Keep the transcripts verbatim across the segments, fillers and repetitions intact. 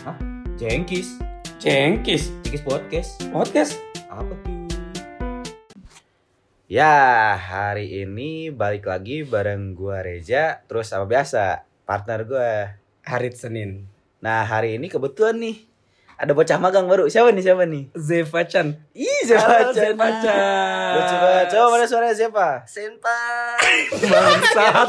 Hah? Jengkis. Jengkis. Jengkis podcast. Podcast. Apa tuh? Ya, hari ini balik lagi bareng gua Reza, terus sama biasa partner gua Hari Senin. Nah, hari ini kebetulan nih ada bocah magang baru. Siapa nih? Siapa nih? Zefa-chan. Ih, Zefa-chan. Zefa-chan. Lucu banget. Coba mana suaranya siapa? Senpai. Bangsat.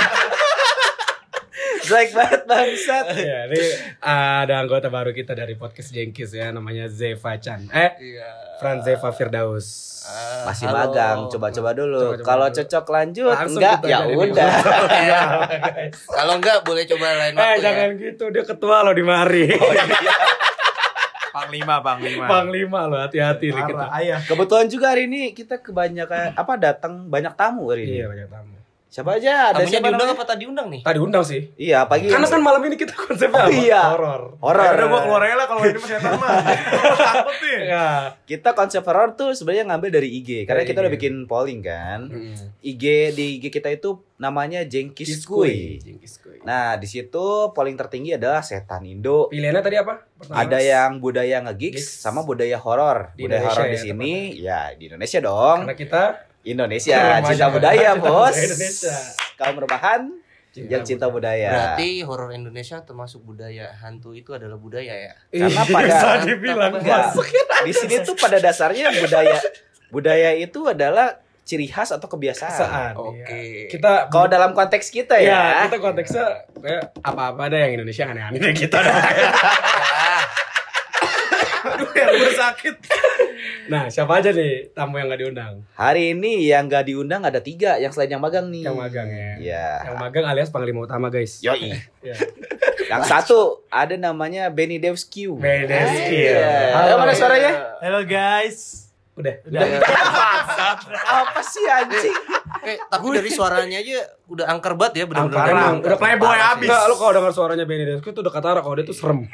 Jelek banget bangsat. Ya, ini ada anggota baru kita dari podcast Jengkis ya, namanya Zefa-chan. Eh, Iya. Franzeva Firdaus. Ah, Masih halo. magang, coba-coba dulu. Coba-coba Kalau dulu. cocok lanjut, Langsung enggak kita ya jadi udah. Ya. Kalau enggak boleh coba lain Eh, waktu jangan ya. gitu, dia ketua lo di mari. Panglima, Panglima. Panglima lo, hati-hati nih kita. Parah, ayah. Kebetulan juga hari ini kita kebanyakan apa datang banyak tamu hari ini. Iya, banyak tamu. Siapa aja? Ada Tamunya siapa diundang namanya? apa tadi undang nih? Tadi undang sih. Iya, pagi. Karena kan malam ini kita konsepnya Oh, apa? iya. Horor. horor. Ya udah gua keluar aja lah kalau ini masih setan mah. Takut nih. Ya. Kita konsep horor tuh sebenarnya ngambil dari I G karena Dari kita I G. udah bikin polling kan. Hmm. I G di I G kita itu namanya Jengkis Kuy. Jengkis Kuy. Nah, di situ polling tertinggi adalah setan Indo. Pilihannya tadi apa? Pertama. Ada yang budaya nge-gigs Gigs. sama budaya horor. Di Budaya Indonesia horor di ya, sini ya di Indonesia dong. Karena kita Indonesia, Remaja. cinta budaya, Cinta Bos. budaya Indonesia. Kaum rebahan yang cinta budaya. Berarti horor Indonesia termasuk budaya hantu itu adalah budaya ya. Karena Iya, pada- bisa dibilang Enggak. masuk. Di sini tuh pada dasarnya budaya budaya itu adalah ciri khas atau kebiasaan. Saat. Oke. Kita Kalau dalam konteks kita ya, ya, kita konteksnya kayak apa-apa ada yang Indonesia aneh-aneh kayak kita dong. Aduh, yang bersakit. Nah, siapa aja nih tamu yang gak diundang? hari ini yang gak diundang ada tiga yang selain yang magang nih. Yang magang ya. Iya. Yang magang alias panglima utama, guys. Yoi. Ya. Yang satu ada namanya Benny Devskiu. Bedeski. Iya. Halo. Ayo, mana suaranya? Halo guys. Udah. Udah. Apa sih anjing? Eh, tapi dari suaranya aja udah angker banget ya, benar-benar. Angker, angker. emang. Udah playboy Parah abis. sih. Enggak, lu kalau dengar suaranya Benny Deski itu udah kata kalau dia tuh serem.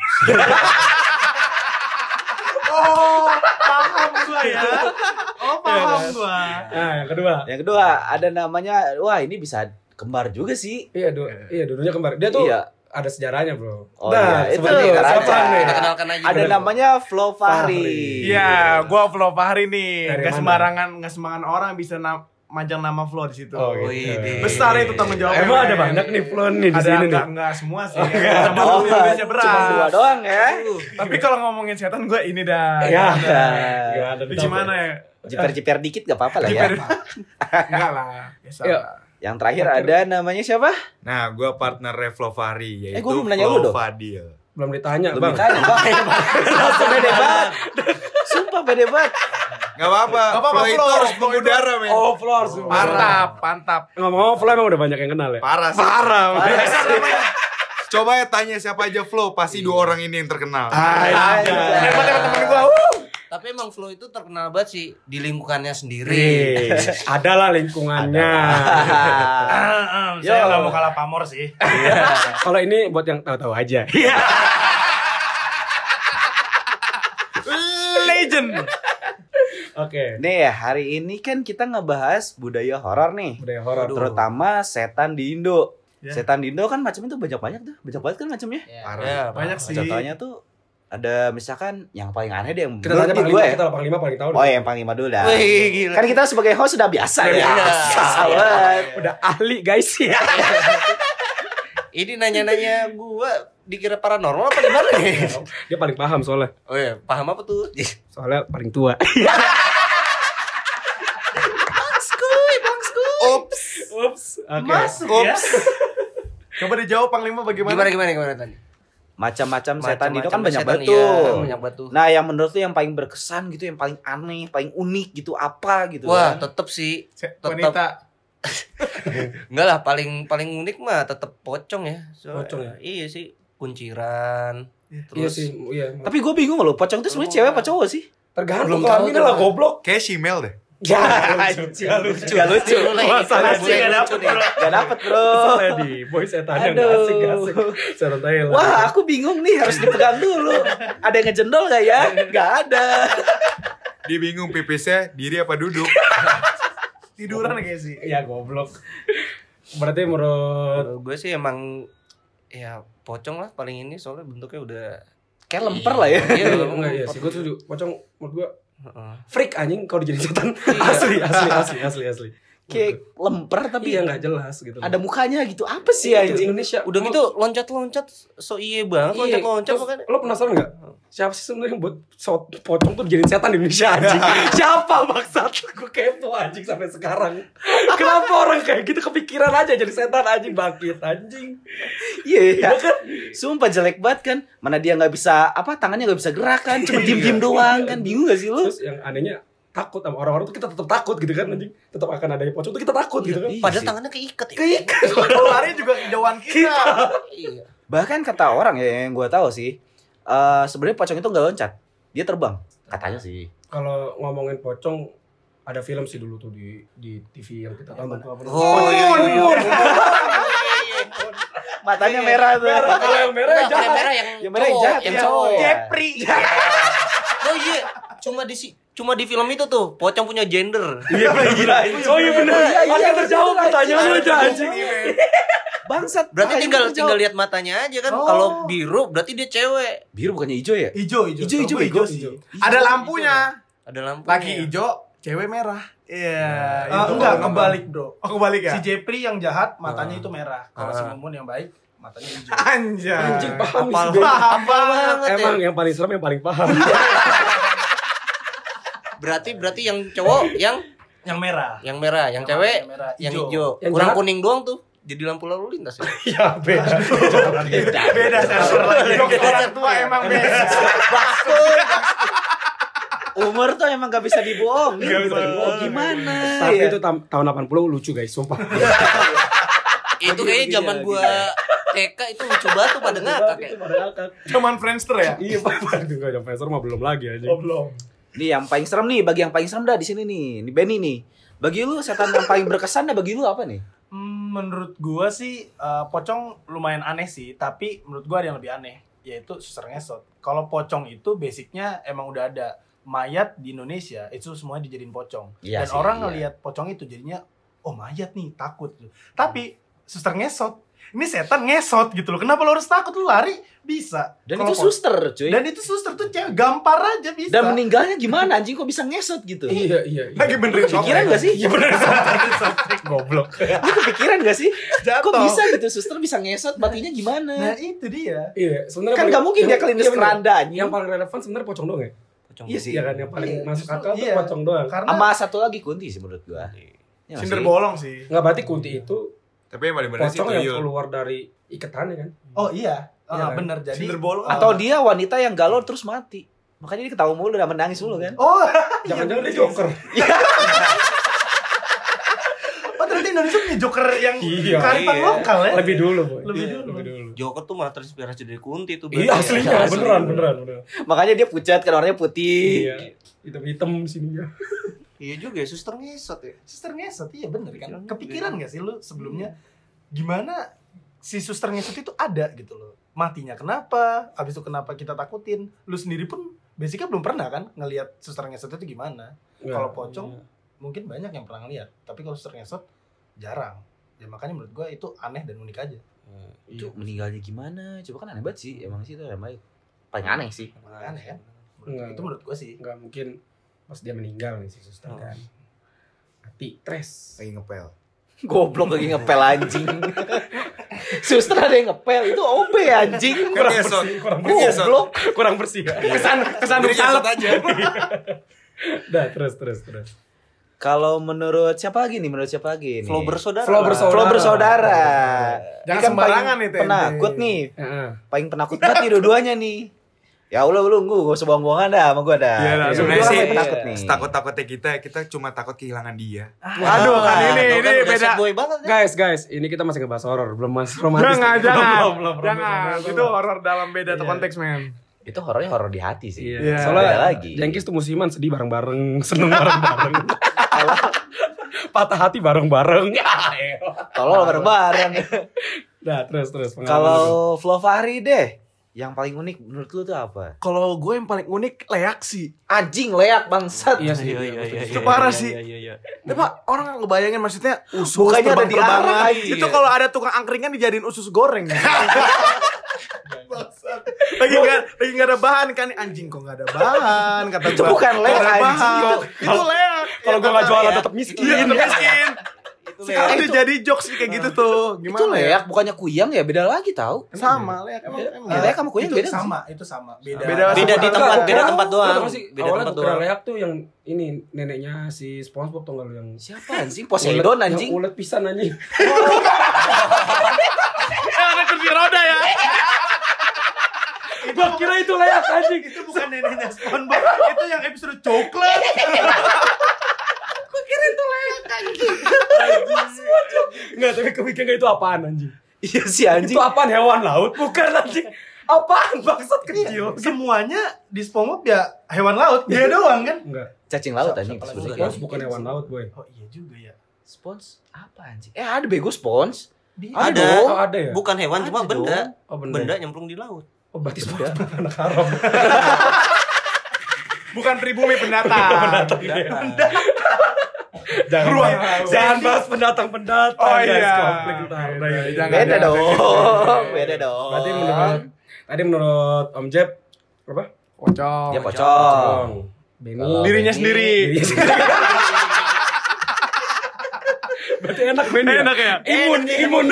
Oh, paham gua ya. Oh, paham gua. Nah, yang kedua. Yang kedua ada namanya, wah ini bisa kembar juga sih. Iya, du iya, dulunya kembar. Dia tuh Iya. ada sejarahnya, Bro. Oh, nah, iya. Itu seperti kita siapa aja. nih? Kita kenalkan aja. Ada dulu. namanya Flo Fahri. Fahri. Iya, gua Flo Fahri nih. Dari Gak mana? sembarangan, gak sembarangan orang bisa na- majang nama Flo di situ. Oh, gitu. Wih, Besar itu tanggung jawabnya. Emang ada men. banyak nih Flon nih di Ada sini enggak, nih. enggak semua sih. enggak. Sama Oh, dulu Indonesia berat. cuma dua doang ya. Tapi kalau ngomongin setan gue ini dah. Ya. Nah, Itu gimana ya? jiper-jiper dikit gak apa-apa lah ya. Jiper. Enggak lah. Biasa. Yuk. lah. Yang terakhir ada namanya siapa? Nah, gue partner Reflo Fahri, yaitu Eh, gua belum nanya lu dong. Fadil. Belum ditanya, Belum Bang. ditanya, Bang. Langsung pede banget. Sumpah pede banget. Gak apa-apa, Gak apa-apa, Flo itu Flo. harus Flo itu- mengudara, men. Oh, Flor. Mantap, mantap. Ngomong-ngomong, Flo emang udah banyak yang kenal ya? Parah sih. Parah. Coba ya tanya siapa aja Flo, pasti dua orang ini yang terkenal. Hebat Hebat teman gua. Uh. Tapi emang Flo itu terkenal banget sih di lingkungannya sendiri. Nih, adalah lingkungannya. Yo. Saya nggak mau kalah pamor sih. Kalau ini buat yang tahu-tahu aja. Legend. Oke. Nih ya, hari ini kan kita ngebahas budaya horor nih. Budaya horor. Aduh. Terutama setan di Indo. Ya. Setan di Indo kan macamnya tuh banyak-banyak tuh. Banyak banget kan macamnya. Ya, Parah. ya, Banyak sih. Contohnya tuh ada misalkan yang paling aneh deh yang Kita menurut tanya gue panglima, ya. kita lah panglima paling tahu. Oh, yang panglima dulu dah. Wih, gila. Kan kita sebagai host sudah biasa ya. Iya. Biasa banget. Udah ahli guys ya. Ini nanya-nanya gua dikira paranormal apa gimana nih? Dia paling paham soalnya. Oh iya, paham apa tuh? Soalnya paling tua. Bangskuy, bangskuy. Ups. Ups. Oke. Masuk ya. Coba dijawab Panglima bagaimana? Gimana gimana gimana tadi? Macam-macam setan di Indo kan Macam-macam banyak setan, banget tuh. iya, banyak banget tuh. Nah, yang menurut lu yang paling berkesan gitu, yang paling aneh, paling unik gitu apa gitu Wah, kan? tetep sih. Se- Tetep. Wanita. Enggak lah, paling paling unik mah tetep pocong ya. So, Pocong ya? Iya sih, kunciran. Iya Terus sih, iya. Tapi gue bingung loh, pocong itu sebenarnya cewek apa cowok sih? Tergantung Belum tahu kelaminnya tuh, lah Bang. goblok. Kayak Shimel deh. Ya, Gak lucu. Gak lucu. Masalah Boleh sih gak lucu dapet, nih. Gak dapet bro. Soalnya di boy setannya Aduh. gak asik, gak asik. Secara Thailand. Wah, aku bingung nih, harus dipegang dulu. Ada yang ngejendol gak ya? Gak ada. Dia bingung pipisnya diri apa duduk. Tiduran kayak sih. Ya goblok. Berarti menurut Kalau gue sih emang ya pocong lah paling ini soalnya bentuknya udah Kayak lemper lah ya. Iya, Enggak iya sih, gue setuju. Pocong menurut gue Heeh. freak anjing kalau dijadiin setan. Iya. asli, asli, asli, asli, asli. Kayak lemper tapi Iya nggak jelas gitu. ada mukanya gitu. Apa sih Itu anjing? Indonesia. Udah gitu loncat-loncat so iye banget Iya, loncat-loncat terus makanya. lo penasaran nggak? Siapa sih sebenarnya yang buat so- pocong tuh dijadiin setan di Indonesia anjing? Siapa bangsat? Gue kepo anjing sampai sekarang. Kenapa orang kayak gitu kepikiran aja jadi setan anjing bangkit anjing? Iya, Iya kan? Sumpah jelek banget kan. Mana dia nggak bisa apa tangannya nggak bisa gerak kan, cuma diem-diem doang kan. Bingung gak sih lu? Terus yang anehnya takut sama orang-orang tuh kita tetap takut gitu kan anjing. Tetap akan adanya pocong tuh kita takut gitu kan. Iya Padahal sih. tangannya keikat ya. Keikat. Kalau lari juga kejauhan kita. Iya. Bahkan kata orang ya yang gua tahu sih, eh sebenarnya pocong itu nggak loncat, dia terbang. Katanya sih. Kalau ngomongin pocong ada film sih dulu tuh di di T V yang kita tonton tuh apa namanya? Oh iya iya. Matanya merah tuh. Kalau yang merah Enggak, yang jahat. yang merah yang Yang merah yang cowok, jahat, yang yang cowok. cowok. Jepri. Oh iya, cuma di si cuma di film itu tuh pocong punya gender. Iya gila. Oh iya benar. Iya, iya, Makanya terjawab bener, pertanyaan lu anjing. anjing. Bangsat. Berarti makanya tinggal gua tinggal jawab. lihat matanya aja kan. Oh. Kalau biru berarti dia cewek. Biru bukannya hijau ya? Ijo, ijo. Ijo, ijo, Coba ijo. sih. Ijo. Ada lampunya. Ada lampu. Laki ijo, cewek merah. Iya, Ah, itu enggak, kebalik, Bro. Oh kebalik ya? Si Jepri yang jahat matanya Ah. itu merah. Kalau Ah. si Mumun yang baik matanya hijau. Anjay. Anjing paham nih Apal si Ben. apal banget ya. Emang yang paling serem yang paling paham. Berarti berarti yang cowok yang Yang merah. yang merah, yang Yang cewek yang merah, yang hijau. hijau. Yang Kurang jahat? kuning doang tuh. Jadi lampu lalu lintas ya. Ya beda. Beda sensor lagi. Orang tua emang beda. Umur tuh emang gak bisa dibohongin. Nggak bisa Oh, dibohongin. gimana? Tapi ya? itu tam- tahun delapan puluh lucu guys, sumpah. Itu kayaknya zaman gua T K itu lucu banget tuh pada ngakak ya. Itu pada ngakak. Cuman Friendster ya? Iya, Pak. Itu enggak sampai serem mah belum lagi anjing. Oh, belum. Nih yang paling serem nih, bagi yang paling serem dah di sini nih. Nih Benny nih. Bagi lu setan yang paling berkesan dah bagi lu apa nih? Hmm, menurut gua sih eh, pocong lumayan aneh sih, tapi menurut gua ada yang lebih aneh, yaitu suster ngesot. Kalau pocong itu basicnya emang udah ada mayat di Indonesia, itu semuanya dijadiin pocong. Iya Dan sih, orang iya. ngelihat pocong itu jadinya, oh mayat nih, takut. Tapi suster ngesot, ini setan ngesot gitu loh. Kenapa lo harus takut? Lu lari bisa. Dan Kalau itu po- suster, cuy. Dan itu suster tuh cewek, gampar aja bisa. Dan meninggalnya gimana anjing kok bisa ngesot gitu? Iya, iya. iya. Lagi benerin Kepikiran gak sih? Iya benar. Goblok. Lu kepikiran gak sih? Jatuh. Kok bisa gitu suster bisa ngesot matinya Nah gimana? itu dia. Iya, sebenarnya Kan paling- gak mungkin dia yang- klinis iya, bener. keranda anjing. Yang paling relevan sebenarnya pocong doang ya? Pocong. Iya sih. Iya kan yang paling Iya, masuk justru akal tuh iya. pocong doang. Karena Sama satu lagi kunti sih menurut gua. Ya nggak Cinder sih? bolong sih. Enggak berarti kunti itu Tapi yang paling bener sih pocong yang tuyul. keluar dari ikatannya kan? oh iya, Iya Ah, kan? bener jadi. Cinder bolong. Atau dia wanita yang galau terus mati. Makanya dia ketawa mulu dan menangis mulu kan. Oh, Jangan-jangan dia joker. Oh ternyata Indonesia punya joker yang Iya. kearifan Iya. lokal ya. Lebih dulu, Boy. Lebih Iya, dulu. Lebih dulu. Joker tuh malah terinspirasi dari Kunti tuh. Iya aslinya, beneran, beneran, beneran. Makanya dia pucat kan warnanya putih. Iya. Hitam-hitam sininya. Iya juga ya, suster ngesot ya. Suster ngesot iya bener kan. Pikiran Kepikiran juga. gak sih lu sebelumnya gimana si suster ngesot itu ada gitu loh. Matinya kenapa? Habis itu kenapa kita takutin? Lu sendiri pun basicnya belum pernah kan ngelihat suster ngesot itu gimana. Kalau pocong mungkin banyak yang pernah ngeliat, tapi kalau suster ngesot jarang. Ya makanya menurut gua itu aneh dan unik aja. Itu meninggalnya gimana? Coba kan aneh banget sih. Emang sih itu aneh banget. Paling aneh sih. Aneh kan? Enggak. Itu menurut gua sih. Enggak mungkin pas dia meninggal nih si suster Oh. kan. Mati tres. Lagi ngepel. Goblok lagi ngepel anjing. Suster ada yang ngepel itu O B anjing. Kan ngesot. kurang Kan ngesot. Goblok. kurang bersih. Kesan kesan Jadi salep ngesot aja. Dah, terus terus terus. Kalau menurut siapa lagi nih? Menurut siapa lagi nih? Flow bersaudara. Flow bersaudara. Flow bersaudara. Jangan Ini kan sembarangan paling nih, T N T. Penakut nih. Heeh. Paling penakut banget nih dua-duanya nih. Ya Allah lu gue gak usah bohong-bohongan dah sama gue dah. Iya lah, Ya, sebenarnya gua sih paling penakut nih. Takut-takutnya kita, kita cuma takut kehilangan dia. Aduh kan ini Tuh ini kan udah beda. sad boy banget ya. Guys, guys, ini kita masih ngebahas horor, belum mas romantis. Jangan, Belum, jangan. belum, belum, belum, Jangan. belum, belum. Itu horor dalam beda Iya. konteks, men. Itu horornya horor di hati sih. Iya. Iya. Soalnya Beda lagi. Jengkis tuh musiman sedih bareng-bareng, seneng bareng-bareng. Patah hati bareng-bareng. Tolol bareng-bareng. Nah, terus terus pengalaman lu. Kalau Flo Fahri deh, yang paling unik menurut lu tuh apa? Kalau gue yang paling unik leak sih. Anjing leak bangsat. Iya sih. Iya iya iya. Itu parah sih. Iya iya iya. Tapi Pak, orang nggak ngebayangin maksudnya usus Bukannya ada di terbang-terbangan. arah, anjing. Itu kalau ada tukang angkringan dijadiin usus goreng. lagi nggak lagi nggak ada bahan kan anjing kok nggak ada bahan kata Itu gua. bukan Nggak ada leak, bahan. anjing. Itu leak. Kalau Ya, gue nggak kata- jualan ya. tetap miskin. Iya, tetap miskin. Sekarang Itu- tuh jadi jokes kayak gitu tuh. Itu Gimana ya? leak, bukannya kuyang ya, beda lagi tahu. Sama leak emang. emang. Ya, leak sama kuyang itu beda sih. sama, itu sama. Beda. Beda di suku tempat- kata. beda tempat doang. Lu tau gak sih, Beda awalnya tempat gue kira doang. leak tuh yang ini neneknya si SpongeBob tau gak lu yang Siapa anjing? Poseidon ulet- anjing. Yang ulet pisan anjing. Ada kursi roda ya. Gue kira itu leak anjing. Itu bukan neneknya SpongeBob, itu yang episode coklat. Enggak, tapi kepikir gak itu apaan anjing. Iya sih anjing. Itu apaan, hewan laut? Bukan anjing. Apaan bangsat kecil? Semuanya di SpongeBob ya hewan laut, dia doang kan? Enggak. Cacing laut anjing Siapa lagi? sebenarnya. Spons bukan hewan laut, boy. Oh iya juga ya. Spons apa anjing? Eh ada bego spons. Di- Ada Ada. dong. Oh, ada ya? Bukan hewan, cuma Ada benda. dong. Oh, benda. Benda nyemplung di laut. Oh, berarti spons bukan anak haram. Bukan pribumi pendatang. Jangan Ruang bahas- haus. jangan bahas pendatang-pendatang. Oh, guys. iya. Konflik ntar. Udah, ya. Jangan. Beda ada- dong. Beda dong. Berarti menurut tadi menurut Om Jeb apa? Pocong. Dia pocong. Benny Kalau Dirinya Benny- sendiri. Dirinya sendiri. Berarti enak Benny. Enak ya? Imun, imun.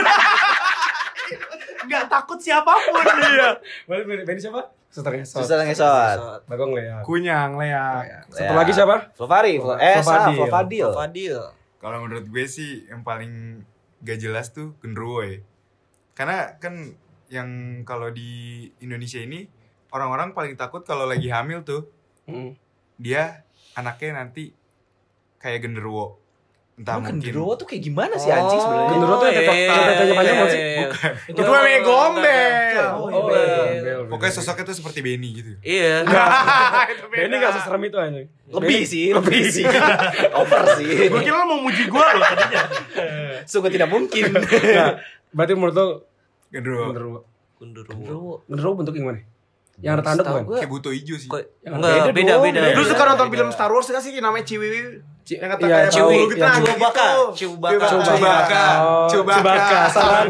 Nggak takut siapapun dia. Berarti Benny, Benny siapa? Suster ngesot. Susah ngesot. Bagong Lea. Kunyang, leak. Satu lagi siapa? Flovari, Flo- eh salah, Flovadil. Flovadil. Fadil. Kalau menurut gue sih yang paling gak jelas tuh genderuwo ya. Karena kan yang kalau di Indonesia ini orang-orang paling takut kalau lagi hamil tuh Hmm. dia anaknya nanti kayak genderuwo. Entah Emang mungkin genderuwo tuh kayak gimana sih anjing sebenarnya? Genderuwo tuh efek iya, tetenya panjang iya, nggak sih? iya. Itu wewe gombel. Oh, Oh, iya. iya. pokoknya sosoknya tuh seperti Benny gitu. Iya. Itu beda. Benny nggak seserem itu aja. Lebih sih, lebih sih. Over sih. Gue kira lo mau muji gue loh tadinya. Sungguh tidak mungkin. Nah, berarti menurut lo Genderuwo. genderuwo. Genderuwo. Genderuwo bentuk yang mana? Yang ada tanduk Setahu kan? gua- Kayak buto hijau sih. Kok Yang enggak beda beda dong, beda. beda. Lu beda. suka nonton Beda. film Star Wars gak sih namanya Ciwiwi? Ci- Yang kata iya, kayak Ciwi- bulu gitu iya, nah, Chewbacca. gitu. Chewbacca. Chewbacca. Oh, Chewbacca. Chewbacca, salah.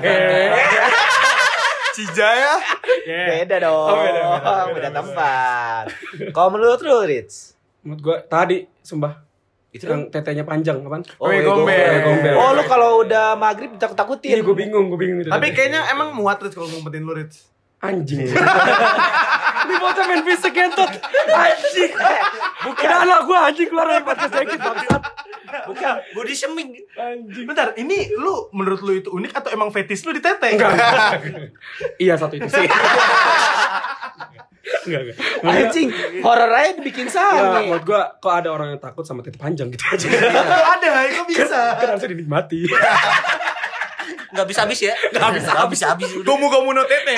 Cijaya. Beda dong. Oh, beda, beda, beda, Beda beda. tempat. Kalau menurut lu, Ritz? Menurut gua tadi sumpah Itu yang tetenya panjang apaan? Oh, Wewe Wewe gombel. Wewe gombel. Oh, lu kalau udah maghrib takut-takutin. Iya, gue bingung, gue bingung itu. Tapi kayaknya emang muat Ritz kalau ngumpetin lu Ritz. anjing. Ini bocah main fisik ngentot. Anjing. Bukan anak gua anjing keluar dari podcast sedikit bangsat. Bukan body shaming. Anjing. Bentar, ini lu menurut lu itu unik atau emang fetis lu di tete? Enggak. Iya satu itu sih. Enggak, enggak. Anjing, horor aja dibikin Ya, sange. menurut gua kok ada orang yang takut sama tete panjang gitu aja. Ada, itu bisa. Kan harusnya dinikmati. Enggak bisa habis ya. Enggak bisa habis habis. Gomu-gomu no tete.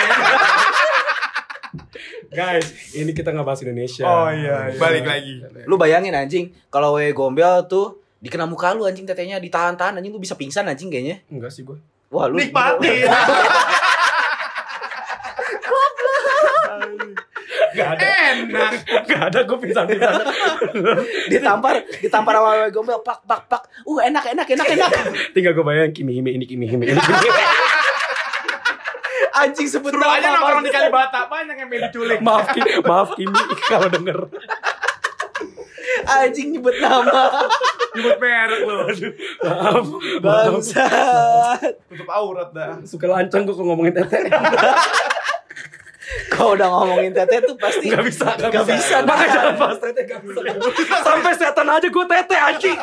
Guys, ini kita nggak bahas Indonesia. Oh, iya, iya. Balik lagi. Lu bayangin anjing, kalau wewe gombel tuh dikena muka lu anjing tetenya ditahan-tahan anjing lu bisa pingsan anjing kayaknya. Enggak sih gua. Wah, lu Nikmatin. Enggak ada. Enak. Enggak ada gua pingsan-pingsan. ditampar, ditampar sama wewe gombel pak pak pak. Uh, enak enak enak enak. Tinggal gua bayangin Kimi Hime ini Kimi Hime ini. Kimi Hime. Anjing sebut Suruh aja nama, nongkrong di Bang. Kalibata, banyak yang pengen diculik. Maaf Kimi, maaf Kimi kalau denger. Anjing nyebut nama. Nyebut merek lu. Maaf. Bangsat. Tutup aurat dah. Suka lancang gua kalau ngomongin tete. Kalau udah ngomongin tete tuh pasti Gak bisa, gak, Gak bisa. Makanya jangan bahas tete, gak bisa. Sampai setan aja gue tete anjing.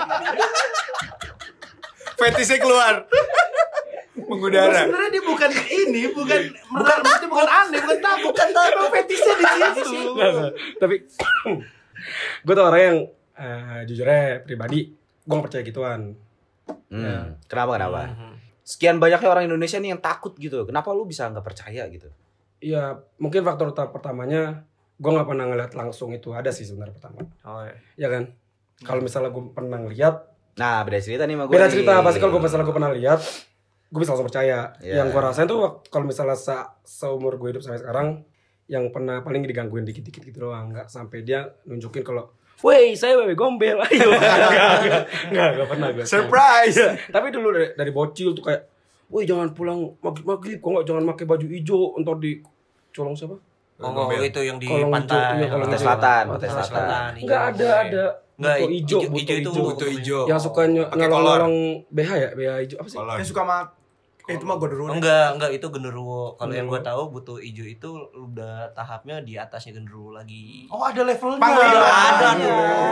Fetisnya keluar. Mengudara. Sebenarnya dia bukan ini, bukan bukan bukan, bukan aneh, bukan takut, bukan takut, fetisnya di situ. Nggak, nggak. Tapi gue tuh orang yang eh, jujurnya pribadi gue gak percaya gituan. Hmm. Kenapa kenapa? Sekian banyaknya orang Indonesia nih yang takut gitu. Kenapa lu bisa nggak percaya gitu? Iya, mungkin faktor utama pertamanya gue nggak pernah ngeliat langsung itu ada sih sebenarnya pertama. Oh iya. Ya kan? Kalau misalnya gue pernah ngeliat, Nah, beda cerita nih sama gue. beda cerita. Pasti kalau gue misalnya gue pernah lihat, gue bisa langsung percaya. Iya. Yang gue rasain tuh wak- kalau misalnya se seumur gue hidup sampai sekarang, yang pernah paling digangguin dikit-dikit gitu doang, nggak sampai dia nunjukin kalau, woi saya wewe gombel, ayo. Nggak, nggak, nggak, nggak pernah gue. Surprise. Tapi dulu dari, dari bocil tuh kayak, woi jangan pulang maghrib maghrib, kok nggak jangan pakai baju hijau, entar di colong siapa? Oh, Gombel. itu yang di Kolong hijau, pantai. iya, kolong Pantai hijau. Selatan, Pantai Pantai Selatan. Enggak ada ada Enggak, buto hijau, hijau, hijau itu hijau. Buto hijau. Yang suka ny- Pakai nyolong-nyolong B H ya, B H hijau apa sih? Kolon. Yang suka mak eh, itu mah gondoruo. Enggak, enggak itu genderuwo. Kalau yang Genderuwo. gua tahu butuh hijau itu udah tahapnya di atasnya genderuwo lagi. Oh, ada levelnya. Panglima. Ada, Ada.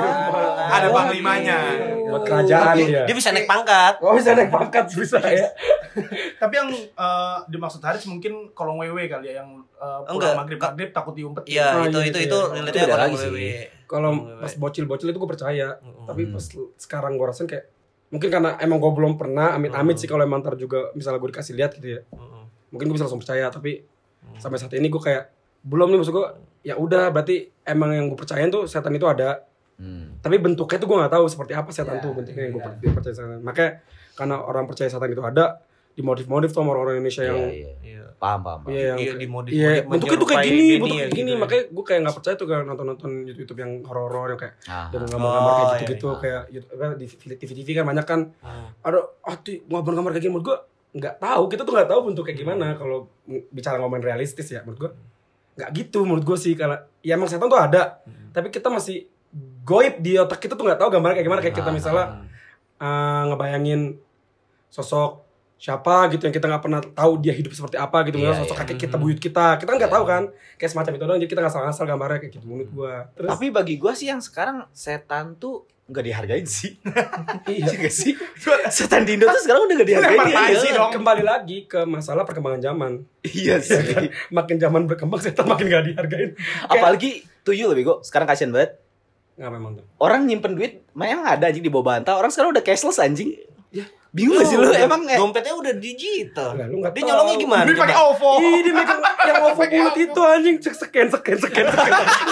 Ada panglimanya. Buat kerajaan ya. Dia bisa naik pangkat. Oh, bisa naik pangkat bisa ya. Tapi yang eh, dimaksud Haris mungkin kolong W W kali ya yang eh, Enggak. pulang maghrib-maghrib takut diumpetin. Iya, Oh, itu iya, itu iya. itu Itu relate-nya beda kalau lagi W W. sih. Kalau W W. pas bocil-bocil itu gue percaya. Mm-mm. Tapi pas sekarang gue rasain kayak mungkin karena emang gue belum pernah amit-amit sih kalau emang ntar juga misalnya gue dikasih lihat gitu ya. Mm-mm. Mungkin gue bisa langsung percaya tapi sampai saat ini gue kayak belum nih, maksud gue ya udah berarti emang yang gue percayain tuh setan itu ada. Hmm. Tapi bentuknya tuh gue nggak tahu seperti apa setan Ya, tuh bentuknya yang gue iya. percaya setan. Makanya karena orang percaya setan itu ada di modif-modif tuh sama orang Indonesia yang Iya, iya. Iya. Paham, paham, paham. Iya, yang Iya, kayak- dimodif-modif iya, bentuknya tuh kayak menyerupai gini, Benny bentuknya ya, kayak gini, gitu ya. makanya gue kayak nggak percaya tuh kalau nonton-nonton YouTube yang horor-horor yang kayak Ah, dan ah. gambar-gambar kayak Oh, gitu-gitu iya. kayak YouTube, apa, di T V T V kan banyak kan Hmm. ada ah tuh gambar-gambar kayak gini, menurut gue nggak tahu, kita tuh nggak tahu bentuk kayak gimana kalau ng- bicara ngomongin realistis ya, menurut gue nggak gitu menurut gue sih, karena ya emang setan tuh ada tapi kita masih goib di otak kita tuh nggak tahu gambarnya kayak gimana, kayak kita Ah, misalnya uh, ngebayangin sosok siapa gitu yang kita nggak pernah tahu dia hidup seperti apa gitu, Iya, misalnya sosok iya. kakek kita, buyut kita, kita kan nggak Iya. tahu kan, kayak semacam itu doang, jadi kita ngasal-ngasal gambarnya kayak gitu menurut gua. Terus Tapi bagi gua sih yang sekarang setan tuh nggak dihargain sih. iya, Iya gak sih? Setan di Indo tuh sekarang udah gak dihargain. Lempar ya. panci Iya. dong. kembali lagi ke masalah perkembangan zaman. Iya sih. Makin zaman berkembang setan makin gak dihargain. Apalagi tuyul lebih kok. Sekarang kasihan banget. Nggak memang tuh. Orang nyimpen duit memang ada anjing di bawah bantal. Orang sekarang udah cashless anjing. Ya. Bingung gak sih lu? Udah- Emang eh, dompetnya udah digital. Lah, lu nggak Dia tahu. nyolongnya gimana? Beli pakai coba? OVO. Ih, dia megang yang OVO bulat itu anjing, cek scan scan scan scan.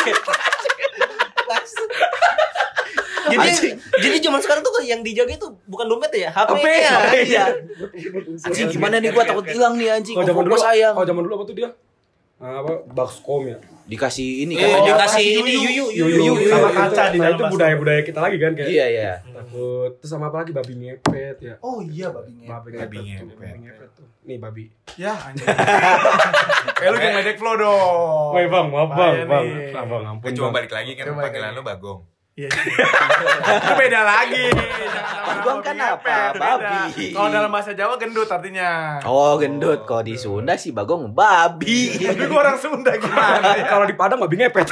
Jadi Anjing. jadi zaman sekarang tuh yang dijaga itu bukan dompet ya, H H P P-nya. ya. Iya. Anjing gimana nih gua takut hilang nih anjing. Kalau zaman Oppo dulu gua sayang. Kalau zaman dulu apa tuh dia? Ah, apa Baxcom ya? Dikasih ini Eh, kan. dikasih yuyu. ini yuyu Yuyu, yuyu. yuyu sama yuyu. kaca di Nah, dalam itu bakso. budaya-budaya kita lagi kan kayak. Iya iya. Takut. Terus sama apa lagi, babi ngepet ya. Oh iya babi ngepet. Babi Babi ngepet. tuh, ngepet. Babi ngepet tuh. Nih babi. Ya anjing. Eh lu jangan ledek flow dong. Woi bang, maaf bang, Bahaya bang, nih. abang ampun. Kan cuma Bang. balik lagi kan Coba panggilan lagi. lu Bagong. Iya. Itu beda lagi. Jangan sama-sama Bagong kan babi apa? ngepet, beda. Babi. Kalau dalam bahasa Jawa gendut artinya. Oh gendut. Kalau di Sunda sih Bagong babi. Tapi gua orang Sunda gimana ya? Kalau di Padang babi ngepet.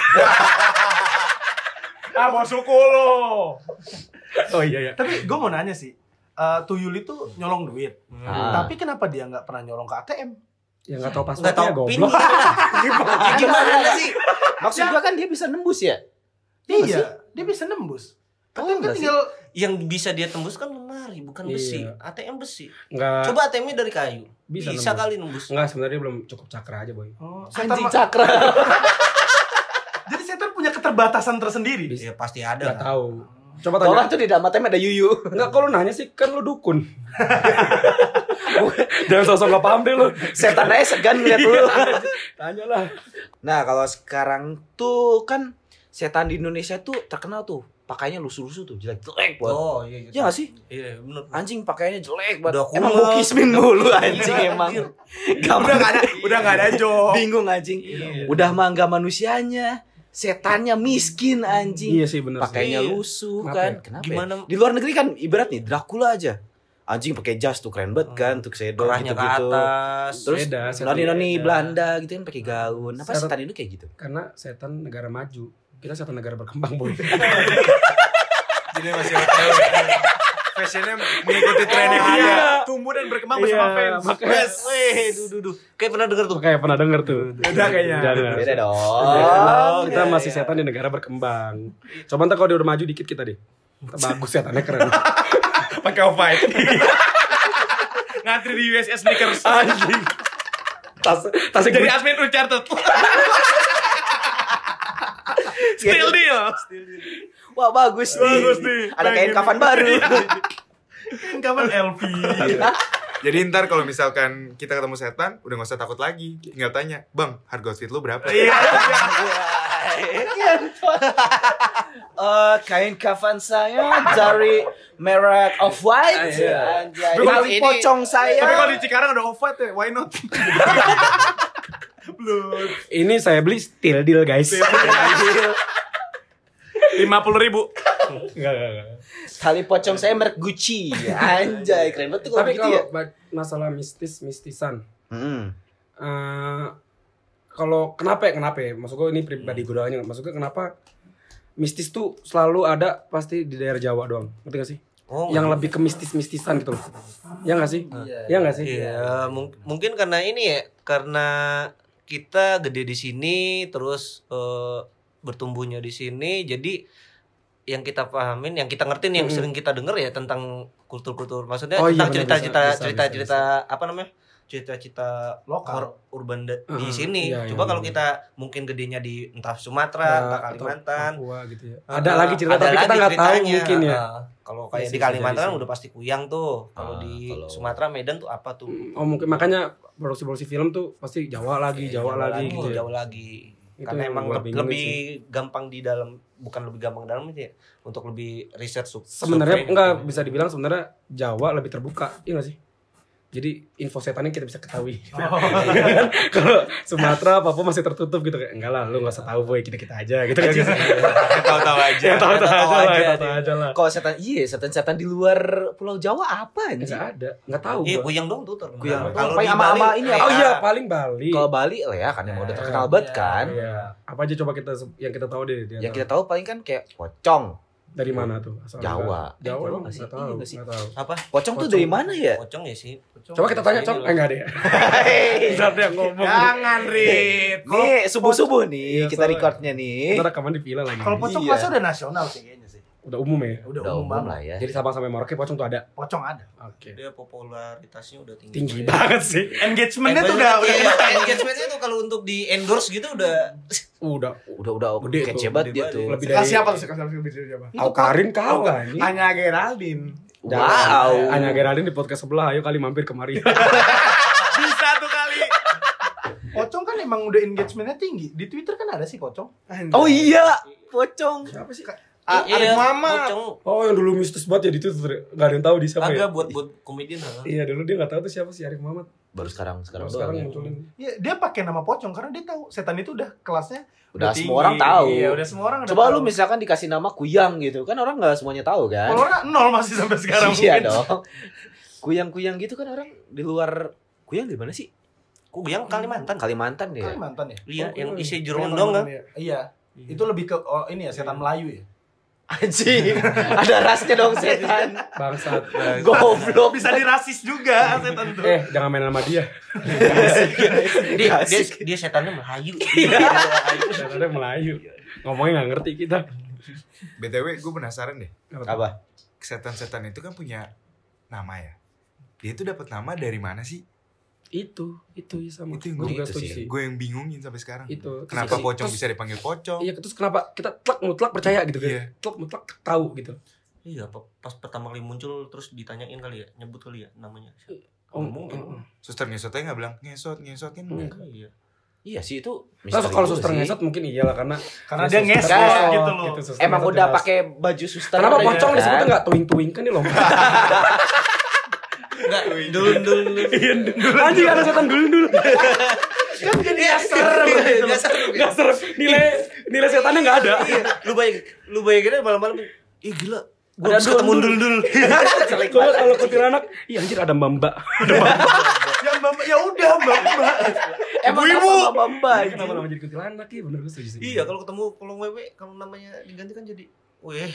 Ah mau suku lo. Oh iya iya. Tapi gue mau nanya sih, eh, tuyul itu nyolong duit, Ah. tapi kenapa dia nggak pernah nyolong ke A T M? Ya enggak tahu Enggak passwordnya tahu pin. goblok. Ya gimana sih? Maksud gua kan dia bisa nembus ya. Iya, dia bisa nembus. A T M kan enggak sih? tinggal Yang bisa dia tembus kan lemari, bukan besi. Iya. A T M besi. Enggak. Coba A T M-nya dari kayu. Bisa Bisa, nembus. kali nembus. Enggak, sebenarnya belum cukup cakra aja, boy. oh, setan Anjing ma- cakra. Jadi setan punya keterbatasan tersendiri. Bisa. Ya pasti ada. Enggak lah. tahu. Coba Kalau tanya. tuh di dalam A T M ada yuyu. Enggak, kalau nanya sih kan lu dukun. Jangan sosok enggak paham deh lu. Setan aja segan ngeliat lu. Tanya lah. Nah kalau sekarang tuh kan setan di Indonesia tuh terkenal tuh pakainya lusuh-lusuh tuh jelek jelek banget. Oh iya iya. Ya nggak sih? Iya benar. Anjing pakainya jelek banget. Udah Emang kumat. bukismin mulu anjing emang. Udah nggak ada, udah nggak ada job. Bingung anjing. Iya. Udah mah nggak manusianya. Setannya miskin anjing. Iya sih benar. Pakainya Iya. lusuh Kenapa kan. ya? Kenapa? Gimana? ya? Di luar negeri kan ibarat nih Dracula aja. Anjing pakai jas tuh keren banget kan, tuxedo Kerahnya ke gitu-gitu. atas. Terus Beda, setan noni-noni beda. Belanda gitu kan pakai gaun. Apa Setan- setan itu kayak gitu? Karena setan negara maju. Kita setan negara berkembang, boy. Jadi masih hotel. Fashionnya mengikuti tren yang ada. Iya, tumbuh dan berkembang bersama Iya, fans. makanya- Yes, weh, duh, duh, duh. Kayak pernah denger tuh. Kayak pernah denger tuh. Beda kayaknya. Jangan. Beda dong. Oh, kita iya, masih iya. setan di negara berkembang. Coba ntar kalau dia udah maju dikit kita deh. Kita bagus setannya keren. Pakai off-white. Ngantri di U S S Sneakers. Anjing. Tas tasnya Jadi Gucci. admin Uncharted. Still deal. Wah bagus nih. Bagus nih. Ada kain kafan baru. Kapan L V? Jadi ntar kalau misalkan kita ketemu setan, udah gak usah takut lagi. Tinggal tanya, bang, harga outfit lu berapa? Iya. Eh, kain kafan saya dari merek Off White. Iya. Anjay. Tapi kalau Tali ini- pocong saya. Tapi kalau di Cikarang udah off-white ya, why not? Belum. Ini saya beli steel deal guys. lima puluh ribu. Enggak, enggak, enggak. Tali pocong saya merek Gucci. Anjay, keren banget tuh kalau Tapi gitu kalau ya. ba- masalah mistis-mistisan, Hmm. eh kalau kenapa ya kenapa ya? Maksud gue ini pribadi gue doang. Maksud gue kenapa mistis tuh selalu ada pasti di daerah Jawa doang. Ngerti gak sih? Oh, Yang lebih ke mistis-mistisan gitu loh. Ya gak sih? Ya gak sih? Iya, mung- mungkin karena ini ya, karena kita gede di sini, terus eh, bertumbuhnya di sini, jadi yang kita pahamin, yang kita ngertiin, yang Mm-mm. sering kita denger ya tentang kultur-kultur, maksudnya Oh iya, tentang benar, cerita-cerita, bisa, bisa, cerita-cerita apa namanya, cerita-cerita Lokal. or- urban da- di Uh-huh, sini. iya, Coba iya, kalau iya. kita mungkin gedenya di entah Sumatera, entah Atau Kalimantan, Papua gitu ya. Uh, Ada lagi cerita ada tapi kita lagi nggak tahu ceritanya. mungkin ya. Uh, kalau kayak Iya di sih, Kalimantan bisa kan jadi udah pasti kuyang tuh. Kalau Ah, di kalau- Sumatera, Medan tuh apa tuh? Oh mungkin makanya produksi-produksi film tuh pasti Jawa lagi, Iya, Jawa, lagi gitu ya. Jawa lagi. Itu Karena yang emang gua le- bingung lebih sih. gampang di dalam, bukan lebih gampang dalam sih ya, untuk lebih riset su- Sebenarnya survei. enggak bisa dibilang sebenarnya Jawa lebih terbuka, iya nggak sih? Jadi info setannya kita bisa ketahui. Kan? Kalau Sumatera, Papua masih tertutup gitu kayak enggak lah, lu nggak usah tahu boy, kita kita aja gitu kan. Tahu-tahu aja. Ya tahu tahu tahu aja lah, aja tahu nih. aja lah. Kok setan iya, setan-setan di luar Pulau Jawa apa anjing? Enggak ada, enggak tahu. Iya, gua. kuyang dong tuh terkenal. Kuyang. Kalau Paling di ama-ama Bali, ini kayak- Oh iya, paling Bali. Kalau Bali lah ya kan emang udah terkenal banget kan. Iya. Apa aja coba kita yang kita tahu deh di Yang antara- kita tahu paling kan kayak pocong. dari mana tuh? Asalnya? Jawa. Jawa Eh, Jawa emang nggak sih? nggak tahu, Iya nggak sih? nggak tahu. apa? Pocong tuh Pocong. dari mana ya? Pocong ya sih. Coba kita tanya, Cong. Eh enggak deh. Zat yang ngomong. Jangan, Rit. Nih subuh-subuh nih Iya, kita soalnya- recordnya nih. Kita rekaman di villa lagi. Kalau pocong Iya. kelasnya udah nasional sih kayaknya sih. Udah umum ya. Udah, Udah umum umum banget. lah ya. Jadi Sabang sampai Merauke pocong tuh ada. Pocong ada. Oke. Dia popularitasnya udah tinggi. Tinggi banget sih. Engagementnya tuh udah udah Iya, engagementnya tuh kalau untuk di endorse gitu udah Udah. Udah udah Gede tuh, kece banget gede dia banget. tuh. Lebih Kasih dari siapa tuh? Kasih lebih dari siapa? Aukarin kau anjing. Hanya Geraldine. Wow. Hanya Geraldine di podcast sebelah, ayo kali mampir kemari. Bisa tuh kali. Pocong kan emang udah engagementnya tinggi. Di Twitter kan ada sih pocong. Oh iya, pocong. Siapa sih? A- iya, Arif Mama. Pocong. Oh, yang dulu mistis banget ya di Twitter. Enggak ada yang tahu di siapa ya. Agak buat buat komedian ha. Iya, dulu dia enggak tahu tuh siapa sih Arif Muhammad. Baru sekarang sekarang Sekarang, doang. ya. munculin. Iya, dia pakai nama pocong karena dia tahu setan itu udah kelasnya Udah tinggi. semua orang tahu. Iya, udah semua orang udah Coba tahu. lu misalkan dikasih nama Kuyang gitu, kan orang nggak semuanya tahu kan? Followernya nol masih sampai sekarang Iya mungkin. dong. Kuyang-kuyang gitu kan orang di luar Kuyang di mana sih? Kuyang Kalimantan. Kalimantan ya. Kalimantan ya? Iya, Oh, yang iya. isi jerondong kan. Iya. Itu lebih ke oh, ini ya setan Melayu ya. Anjing. Ada rasnya dong setan. Bangsat. Goblok. Bisa dirasis juga setan tuh. Eh, jangan main sama dia. Dia, dia, Asik. dia setannya Melayu. Setannya Melayu. Ngomongnya enggak ngerti kita. B T W gue penasaran deh. Apa? Setan-setan itu kan punya nama ya. Dia tuh dapat nama dari mana sih? Itu, itu ya sama. Itu yang Gua gua- juga itu setuju sih. sih. Gue yang bingungin sampai sekarang. Itu. Kenapa Terus- pocong terus- bisa dipanggil pocong? Iya, terus kenapa kita tlak mutlak percaya gitu kan? Iya. Tlak mutlak tahu gitu. Iya, pa- pas pertama kali muncul terus ditanyain kali ya, nyebut kali ya namanya. Oh, mungkin. oh, oh. Suster ngesotnya nggak bilang ngesot ngesot kan enggak. Iya. Iya sih itu. Terus misteri kalau juga suster sih. ngesot mungkin iyalah karena Karena ya, dia suster ngesot ngesot gitu loh. suster Emang ngesot udah jelas. pakai baju suster. Kenapa aja pocong kan? disebutnya enggak tuing-tuing kan dia lompat. Enggak, dul-dul. Anjing ada setan dulu-dulu. Kan jadi serem gitu. Enggak serem. Enggak serem. Nilai nilai setannya enggak ada. Iya, lu bayangin, lu bayangin aja malam-malam, ih gila, gua Ada bisa ketemu dul-dul. dul-dul. Gua kalau kuntilanak, iya anjir ada mbak-mbak. Ya Mbak, ya udah Mbak, Mbak. Emang Ibu-ibu. apa Mbak Mbak? Kenapa nama jadi kuntilanak ya? Bener gue setuju sih. Iya, kalau ketemu kolong wewe, kalau namanya diganti kan jadi weh.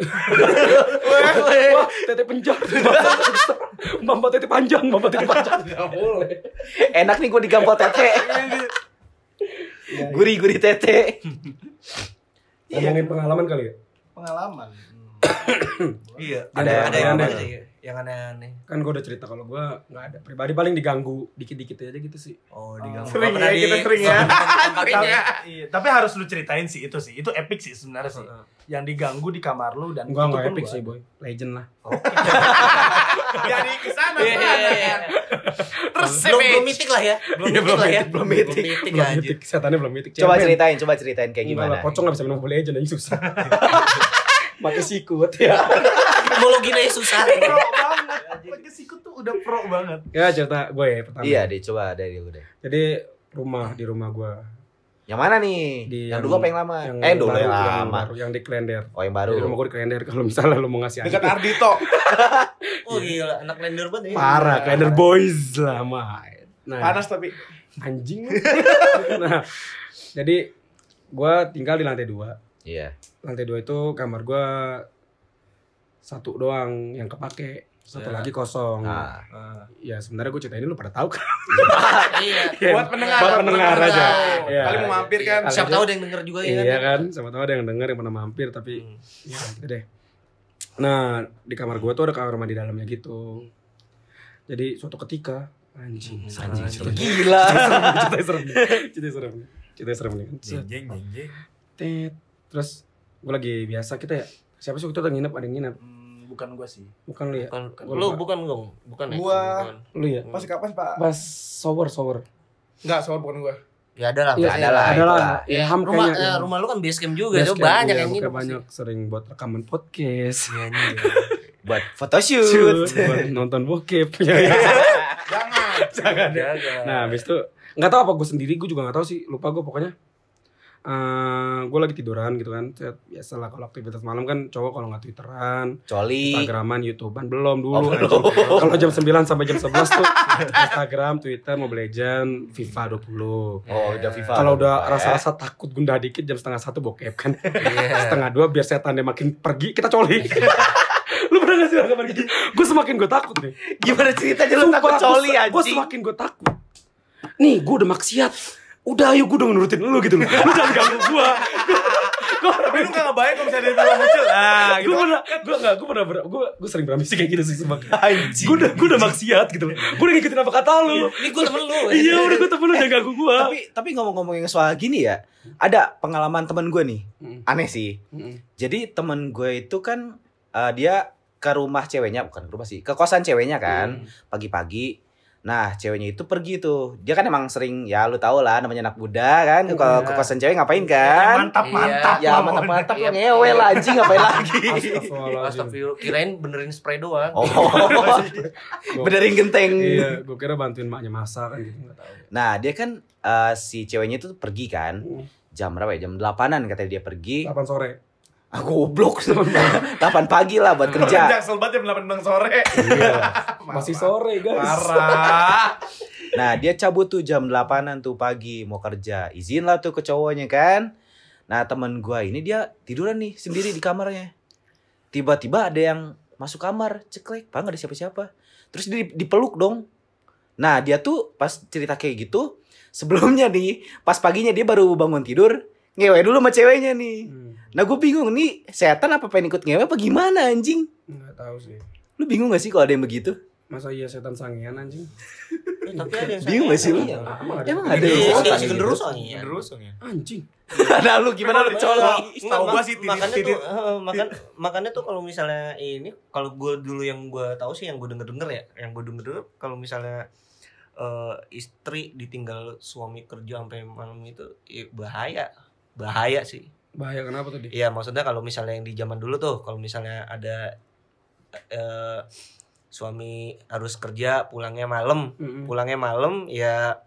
Wah, tete penjar. Mbak-mbak tete panjang, mbak-mbak tete panjang. Enggak boleh. Enak nih gue digampol tete. Gurih-gurih tete. Ngomongin pengalaman kali ya? Pengalaman. Iya, Ada ada yang ada yang aneh. aneh ya, yang aneh-aneh. Kan gue udah cerita kalau gue nggak ada. Pribadi paling diganggu dikit-dikit aja gitu sih. Oh, diganggu. Sering Pernah ya, di- kita sering ya. Tapi- Tapi, iya, tapi harus lu ceritain sih itu sih. Itu epic sih sebenarnya sih. Yang diganggu di kamar lu dan Enggak itu enggak pun epic lu sih ada. boy. Legend lah. Jadi kesana Iya, iya, iya. Terus belum belum mitik lah ya, belum Iya, mitik lah ya, belum mitik. mitik Belum aja. mitik, setannya belum mitik. Coba Cemen. ceritain, coba ceritain kayak Enggak gimana. lah, pocong nggak bisa minum Mobile Legend aja susah. Pakai sikut ya. Mau login aja susah. pro banget. Pakai sikut tuh udah pro banget. Ya cerita gue ya pertama. Iya deh, coba dari lu deh. Jadi rumah di rumah gua. Yang mana nih? Di yang yang- dulu apa yang lama? Yang eh dulu baru, yang yang lama. baru, yang di Klender. Oh yang baru. Jadi rumah gua di Klender kalau misalnya lu mau ngasih Dekat anjing. Ardito. Oh gila, anak lender banget ya. Parah, Klender Boys lah main. Nah, Panas tapi. anjing. Nah, jadi gua tinggal di lantai dua. Iya. Lantai dua itu kamar gua satu doang yang kepake, satu Ya. lagi kosong. Nah, Ah. Ya sebenarnya gue cerita ini lu pada tahu kan? Iya. Buat pendengar, Buat pendengar pendengar aja. tahu. Iya. Kali mau mampir kan. Iya. Siapa tahu ada yang denger juga ya Iya kan, sama tahu ada yang dengar yang pernah mampir tapi Hmm. ya gitu deh. Nah, di kamar gua tuh ada kamar mandi dalamnya gitu. Jadi suatu ketika anjing, Hmm, anjing, anjing. serem. gila. Ceritanya serem nih. Ceritanya serem nih. Ceritanya serem nih. Jeng jeng jeng jeng. Tet. Terus gua lagi biasa kita ya. Siapa sih waktu itu ada nginep, ada yang nginep. Hmm, bukan gua sih. Bukan lu ya? Bukan, Gua lu lupa. bukan gong, bukan ya? Gua- Bukan. Lu ya? Pas kapan, Pak? Pas shower shower. Enggak, soal bukan gua. Ya ada lah. Iya, pasti ada lah. Ada lah. itulah. Ya, ham Rumah, kayaknya. eh, rumah lu kan base camp juga, Base tuh camp, banyak iya, yang pokoknya nginep pasti. banyak sering buat rekaman podcast. Iya, iya. Buat photoshoot. Shoot, buat nonton bokep. Jangan. Jangan ya. Jaga. Nah, habis itu nggak tahu apa gue sendiri, gue juga nggak tahu sih, lupa gue pokoknya. Eh, gue lagi tiduran gitu kan. Set, biasalah kalau aktivitas malam kan cowok kalau nggak twitteran, Coli. Instagraman, YouTubean belum dulu. Oh, anjing. belum. Kalau jam sembilan sampai jam sebelas tuh Instagram, Twitter, Mobile Legends, FIFA dua puluh. Oh, udah FIFA. Kalau udah FIFA, ya. rasa-rasa takut gundah dikit jam setengah satu bokep kan. Iya. Setengah dua biar setannya makin pergi, kita coli. Lu pernah gak sih rekaman gitu? Gue semakin gue takut nih. Gimana ceritanya lu takut coli Gue anjing? semakin gue takut. Nih gue udah maksiat. Udah ayo gue udah nurutin lu gitu loh. Lu jangan ganggu gue. Tapi lu enggak ngebayang kalau misalnya dia muncul. Ah, gitu. Gue pernah, gue gak, gue pernah, gue gue sering berambisi kayak gitu sih sebagai. Anjing. Gue udah, gue udah maksiat gitu loh. Gue udah ngikutin apa kata lu. Ini gue temen lu. Iya udah gue temen lu jangan ganggu gue. Tapi tapi ngomong-ngomong yang soal gini ya, ada pengalaman temen gue nih. Mm. Aneh sih. Mm-mm. Jadi temen gue itu kan eh, dia ke rumah ceweknya, bukan ke rumah sih, ke kosan ceweknya kan, pagi-pagi. Nah, ceweknya itu pergi tuh. Dia kan emang sering, ya lu tau lah namanya anak muda kan, ke, Iya. ke kosan cewek ngapain kan? Mantap, Iya. mantap. Ya Mamon. mantap-mantap Iya. lo ngewe lah anjing, ngapain lagi? Astagfirullahaladzim. Astagfirullah, kirain benerin spray doang. Oh, benerin genteng. Iya, gue kira bantuin maknya masak kan gitu, nggak tahu. Nah, dia kan eh, si ceweknya itu pergi kan. Jam berapa ya? Jam delapanan katanya dia pergi. delapan sore. Ah, goblok. delapan pagi lah buat kerja. Jaksel banget jam delapan sore. Iya. Masih sore guys. Parah. Nah, dia cabut tuh jam delapanan tuh pagi mau kerja. Izin lah tuh ke cowoknya kan. Nah, temen gua ini dia tiduran nih sendiri di kamarnya. Tiba-tiba ada yang masuk kamar, ceklek, Pak, nggak ada siapa-siapa. Terus dia dipeluk dong. Nah, dia tuh pas cerita kayak gitu, sebelumnya nih, pas paginya dia baru bangun tidur, ngewe dulu sama ceweknya nih. Hmm, Nah, gue bingung nih, setan apa pengen ikut ngewe apa gimana anjing? nggak tahu sih. Lu bingung gak sih kalau ada yang begitu? Masa iya setan sangean anjing? Eh, tapi ada yang Bingung gak sih lu? Iya. Emang ada Iya, yang si- setan si gitu? genderuwo soalnya. Terus ya. Anjing. Nah, lu gimana lu coli? Setahu gua sih titit- makanya titit- tuh eh, makan makanya tuh kalau misalnya ini kalau gue dulu yang gue tahu sih yang gue denger denger ya yang gue denger denger kalau misalnya eh, istri ditinggal suami kerja sampai malam itu ya bahaya bahaya sih. Bahaya kenapa tuh dia? Iya maksudnya kalau misalnya yang di zaman dulu tuh kalau misalnya ada eh, suami harus kerja pulangnya malam Mm-mm. pulangnya malam ya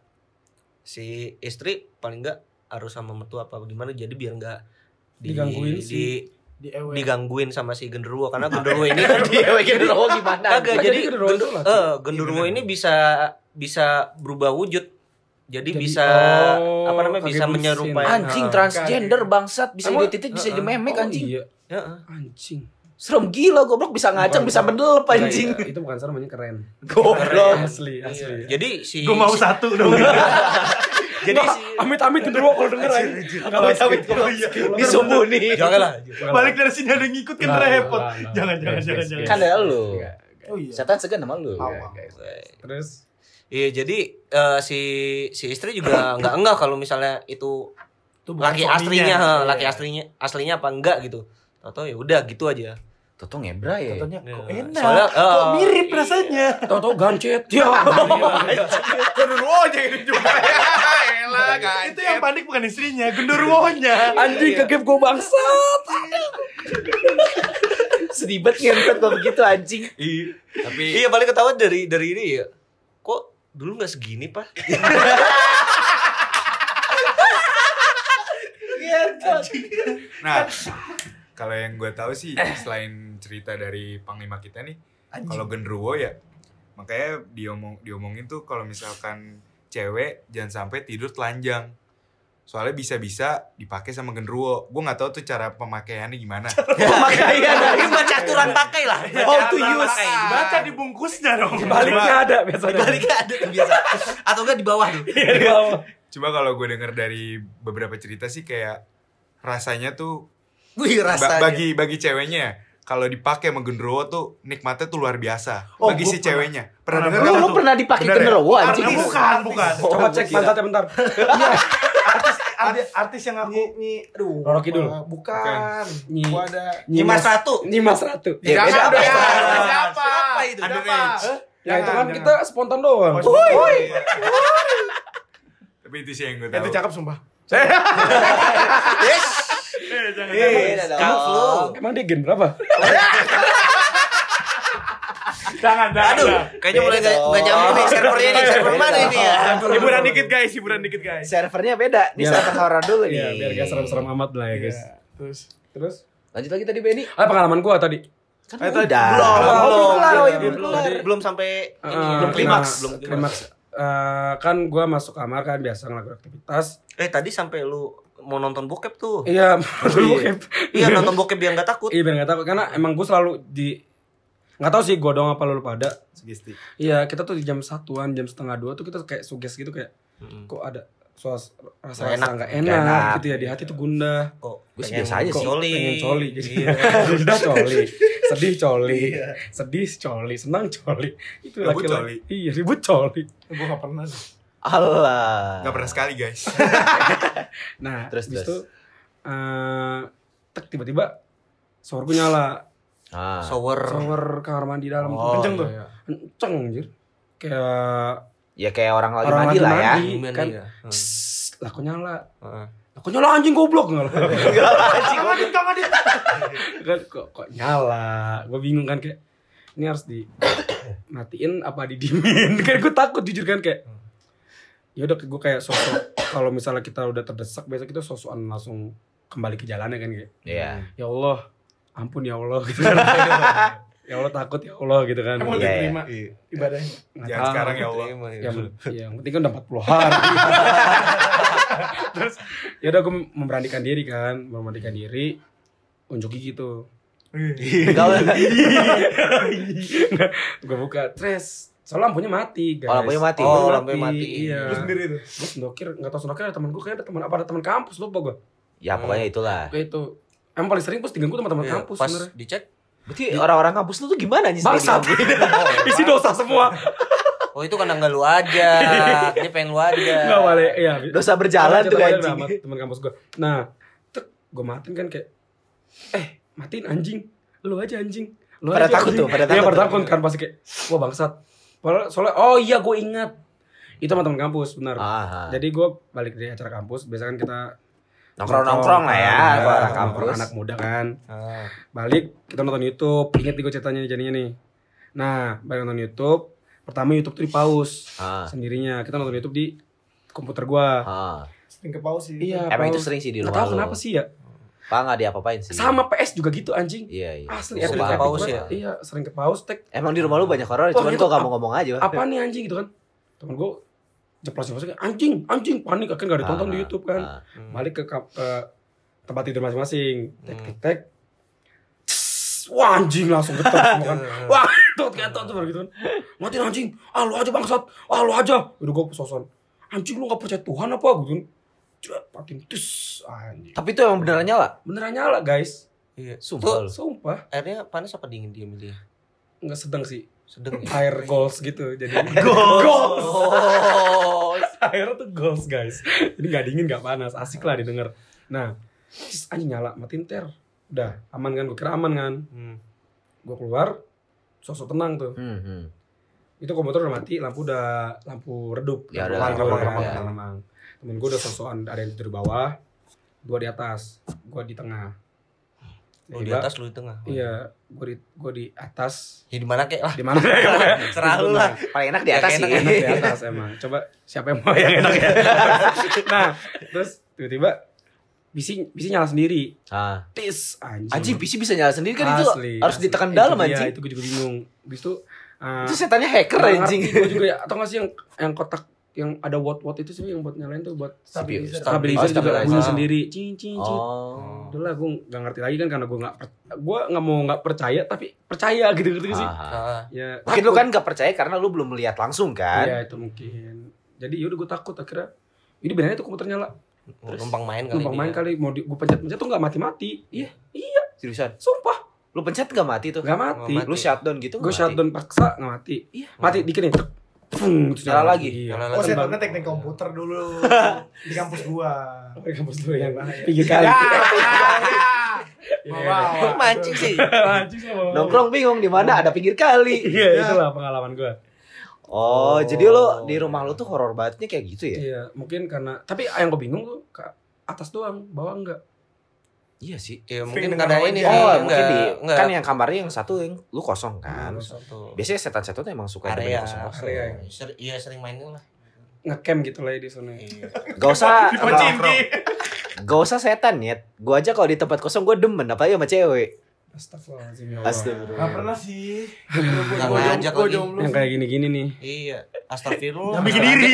si istri paling enggak harus sama mertua apa gimana jadi biar enggak di, Digangguin di, sih. Di ewe. digangguin sama si genderuwo karena genderuwo ini kan Dia bikin lo gimana? kagak Kan jadi jadi genderuwo gender- itu lah. eh, genderuwo ini bisa bisa berubah wujud jadi, Jadi, bisa oh, apa namanya bisa kaget menyerupai Anjing Nah, transgender bangsat bisa Emang- jadi titik bisa jadi Uh-uh. memek Oh, anjing. Iya. ya, eh. Anjing. Serem gila goblok bisa ngacang Bukan, bisa bukan. mendelep anjing. Enggak, itu bukan serem, namanya keren. Goblok. Asli, asli. jadi si Gue mau satu dong. jadi si Amit-amit genderuwo kalau denger aja. Amit-amit disumbu nih. jangan lah Balik dari sini ada yang ngikut kan Nggak, repot. nggak, nggak. Jangan, jangan, Guys, jangan, guys, jangan. Kan ada lu. Enggak, enggak. Oh iya. Setan segan sama lu. Awal. Terus iya jadi eh, si si istri juga nggak enggak kalau misalnya itu Itu bukan laki suaminya. aslinya Iya. laki aslinya aslinya apa enggak gitu atau ya udah gitu aja. Toto ngebra ya. Contohnya kok Iya. enak. Soalnya, Kok eh, mirip rasanya. tau-tau gancet. Ya. Genderuwo aja ini juga ya. Elah, Itu yang panik bukan istrinya, genderuwonya. Anjing kegep gue bangsat. Sedih banget ngempet kalau begitu anjing. Tapi Iya paling ketawa dari dari ini ya. Kok dulu nggak segini pak? Nah, kalau yang gue tahu sih selain cerita dari panglima kita nih, kalau genderuwo ya, makanya diomong diomongin tuh kalau misalkan cewek jangan sampai tidur telanjang. Soalnya bisa-bisa dipakai sama genderuwo. Gue nggak tahu tuh cara pemakaiannya gimana. Pemakaian ini baca aturan pakai lah. How to use. Baca di bungkusnya dong. Baliknya ada biasanya. Baliknya ada tuh biasa. Atau enggak di bawah tuh. Iya, di bawah. Cuma kalau gue denger dari beberapa cerita sih kayak rasanya tuh Wih, ba- rasanya. bagi bagi ceweknya kalau dipakai sama genderuwo tuh nikmatnya tuh luar biasa. Oh, bagi gua si pernah- ceweknya. Pernah pernah- denger Lu, kan? lu pernah dipakai Bener ya? genderuwo anjing? Artis- bukan, bukan. Coba cek pantatnya bentar. artis, artis artis yang aku nyi, aduh. Roro Kidul. lupa. Bukan. Nyi. Gua ada Nyimas Ratu. Nyimas Ratu. Ya, beda Jangan apa? dong. Ya. Siapa? Siapa itu? Underage. Ya itu kan Jangan, kita spontan doang. Oh, Woi. Tapi itu sih yang gue Itu tahu. cakep sumpah. Yes. Beda dong. Kamu flow. Emang dia gen berapa? Jangan, jangan. Aduh, kayaknya mulai Beda nggak dong. nggak nyambung nih servernya nih. Server Beda mana ini ya? Hiburan dikit guys, hiburan dikit guys. Servernya beda. Ini Iya. server horor dulu nih. Iya, biar gak serem-serem amat lah ya, guys. Iya. Terus Terus Lanjut lagi tadi Benny. ah pengalaman gua tadi. Kan Eh, udah. tadi- Oh, Belum, belum, belum kelar, oh, iya, belum. belum kelar. Belum sampai ini, Eh, belum klimaks, nah, belum klimaks. Eh, kan gua masuk kamar kan biasa ngelakuin aktivitas. Eh tadi sampai lu mau nonton bokep tuh. Iya, dulu bokep. Iya, nonton bokep biar enggak takut. Iya, biar gak takut karena emang gua selalu di nggak tahu sih gua doang apa lu pada. Sugesti. Iya, kita tuh di jam satuan, jam setengah dua tuh kita kayak suges gitu kayak Mm. kok ada suas rasa Nggak rasa enak. nggak Nggak enak, enak. gitu ya di hati tuh gundah. Kok Gua sih pengen biasa aja sih. coli. Pengen coli jadi Iya. gundah coli, sedih coli, sedih coli, senang coli. Itu Ribut laki-laki. coli. Iya, ribut coli. gua enggak pernah. sih. Allah. Gak pernah sekali guys. Nah, Terus, terus terus. itu eh tek tiba-tiba shower gue nyala. Ah. Shower. Shower kamar mandi dalam Oh, kenceng tuh. iya. Kenceng anjir. Kayak Ya kayak orang lagi orang mandi lagi lah ya. mandi. Gimana Kan ya? Hmm. Sss, lah kok nyala. Heeh. Lah kok nyala anjing goblok enggak lah. Jangan dit, jangan dit. Kan kok kok nyala. Gue bingung kan kayak ini harus di matiin apa didiemin. Kan gue takut jujur kan kayak ya udah gue kayak sosok kalau misalnya kita udah terdesak biasa kita sosokan langsung kembali ke jalannya kan kayak Iya. ya Allah ampun ya Allah gitu kan. Ya Allah takut ya Allah gitu kan. Emang Iya, diterima ibadahnya. Nggak Jangan tahu. sekarang ya Allah. Ya, ya, yang penting kan udah empat puluh hari. Terus ya udah gue memberanikan diri kan, memberanikan diri unjuk gigi tuh. Gaul. Gue buka tres. Soalnya lampunya mati, guys. Oh, lampunya mati. Oh, lampunya mati. Iya. Lu sendiri tuh. Gue sendokir, enggak tahu sendokir ada teman gue kayaknya ada teman apa ada teman kampus lupa gue. Ya pokoknya itulah. Kayak itu. Emang paling sering postingan gue sama teman Iya, kampus pas sebenarnya. dicek, Berarti orang-orang kampus lu tuh gimana nih? Bangsat. Isi dosa semua. oh itu karena enggak lu aja. Dia pengen lu aja. Enggak boleh. Iya. Dosa berjalan tuh Cerita anjing. sama teman kampus gue. Nah, tek gue matiin kan kayak eh, matiin anjing. Lu aja anjing. Lu Pada aja, takut anjing. tuh, pada Iya, takut. pada takut kan pasti kayak wah bangsat. Padahal soalnya oh iya gue ingat. Itu sama teman kampus benar. Ah. Jadi gue balik dari acara kampus, biasa kan kita Nongkrong-nongkrong lah ya, Iya, kalau anak nongkrong kampus. anak muda kan. Ah. Balik kita nonton YouTube, inget nih gue ceritanya jadinya nih. Nah, balik nonton YouTube, pertama YouTube tuh di pause Ah. sendirinya. Kita nonton YouTube di komputer gua. Ah. Sering ke pause sih. Iya, Emang itu pause. sering sih di Nggak rumah tahu lu. kenapa sih ya. Pak nggak diapa-apain sih. Sama P S juga gitu anjing. Iya, iya. Asli Sering epic ke epic pause banget. ya? Iya, sering ke pause tek. Emang di rumah lu banyak horor, Wah, cuman itu kok gak ap- mau ngomong aja. Apa nih anjing gitu kan. Temen gua jeplos-jeplos kayak anjing, anjing, panik akhirnya gak ditonton Ah, di YouTube kan. ah. Hmm. Balik ke, kap- ke tempat tidur masing-masing. Tek Hmm. tek tek. Css, wah anjing langsung getar semua kan. Wah, itu ketot tuh gitu kan. Matiin anjing. Ah lu aja bangsat. Ah lu aja. Udah gua soson. Anjing lu gak percaya Tuhan apa gitu kan. Cet, matiin tus anjing. Tapi itu emang beneran nyala. Beneran nyala, guys. Iya. Sumpah Tuh, lu. Sumpah, airnya panas apa dingin dia milih? enggak sedang sih. Sedang ya. Air goals gitu. Jadi Goals. air tuh goals, guys. Jadi enggak dingin, enggak panas. Asik lah didengar. Nah, terus anjing nyala, matiin ter. Udah, aman kan? Gue kira aman kan. Hmm. Gue keluar, sosok tenang tuh. Hmm, hmm. Itu komputer udah mati, lampu udah lampu redup. Ya, Lampu udah remang, lampu, remang, ya. remang, remang. Temen gue udah sosokan, ada yang tidur di bawah, gue di atas, gue di tengah. Oh, di Tiba- atas lu di tengah. Iya, gue di gue di atas. Ya di mana kek lah. Di mana ya? Serah lu lah. Paling enak di atas Ya, sih. enak, Enak di atas emang. Coba siapa yang mau yang enak ya. Nah, terus tiba-tiba P C P C nyala sendiri. Ah. Tis anjing. Anjing P C bisa nyala sendiri kan itu Asli, harus asli. ditekan Itu dalam dia, anjing. Itu gue juga bingung. Habis itu uh, Itu setannya hacker anjing. Gue juga ya, atau nggak sih yang yang kotak yang ada watt-watt itu sih yang buat nyalain tuh buat Stabilizer. stabilizer Oh, juga stabilizer. bunyi sendiri. Cing cing cing. Oh. Udah lah, gue nggak ngerti lagi kan karena gue nggak gue nggak mau nggak percaya tapi percaya gitu gitu sih. Ah. Ah. Ya. Mungkin lu takut. kan gak percaya karena lu belum melihat langsung kan. Iya itu mungkin. Jadi yaudah gue takut akhirnya. Ini benernya tuh komputer nyala. Numpang main kali. Numpang dia. main kali mau di, gue pencet-pencet tuh nggak mati-mati. Iya. Iya. Seriusan. Sumpah. Lu pencet gak mati tuh? Nggak mati. Nggak Lu shutdown gitu Gue nggak mati? shutdown paksa nggak mati. Iya. Mati dikit nih. Tek. Fung, terus Nyala lagi. Iya. Nyala Oh, lagi. saya teknik komputer dulu di kampus gua. Di kampus dulu ya. Bahaya. Pinggir kali. Bawa. Mancing sih. Anjing sama. Nongkrong bingung di mana ada pinggir kali. Iya, itulah pengalaman gue. Oh, jadi lu di rumah lu tuh horor bangetnya kayak gitu ya? Iya, mungkin karena tapi yang gue bingung tuh ke atas doang, bawah enggak. Iya sih. Ya Screen mungkin dengan karena awan ini jauh. sih, Oh, enggak, mungkin di enggak. kan yang kamarnya yang satu yang lu kosong kan. Tuh. Biasanya setan-setan tuh emang suka ada Area, kosong-kosong. area. Ser- Iya sering mainin lah. Ngecamp gitu lah ya di sana. Iya. Gak usah Dipacinki. Gak usah setan ya. Gua aja kalau di tempat kosong gue demen apalagi sama cewek. Astagfirullahaladzim ya Allah. Astagfirullah. Gak pernah sih. Nggak Gua ngajak jomblo- gua lagi. jomblo Yang sih. kayak gini-gini nih. Iya, astagfirullah. Yang bikin diri.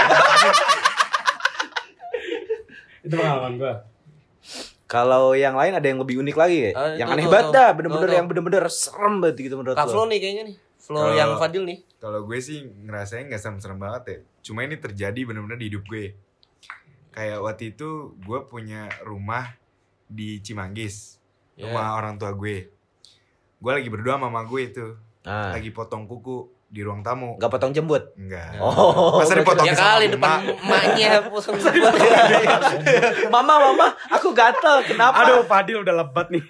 Itu pengalaman gua. Kalau yang lain ada yang lebih unik lagi ya? Ah, yang tuh, aneh tuh, banget tuh. dah, bener-bener Tuh, yang bener-bener serem banget gitu menurut Kak lo. Flo nih kayaknya nih. Flo Kalau- yang Fadil nih. Kalau gue sih ngerasain gak serem-serem banget ya. Cuma ini terjadi bener-bener di hidup gue. Kayak waktu itu gue punya rumah di Cimanggis. Ya. Rumah orang tua gue. Gue lagi berdua sama mama gue itu. Ah, Lagi potong kuku di ruang tamu. gak potong jembut. Enggak. Oh, Masa dipotong Ya sama kali emak? depan emaknya pusing buat. Mama, mama, aku gatel. Kenapa? Aduh, Fadil udah lebat nih.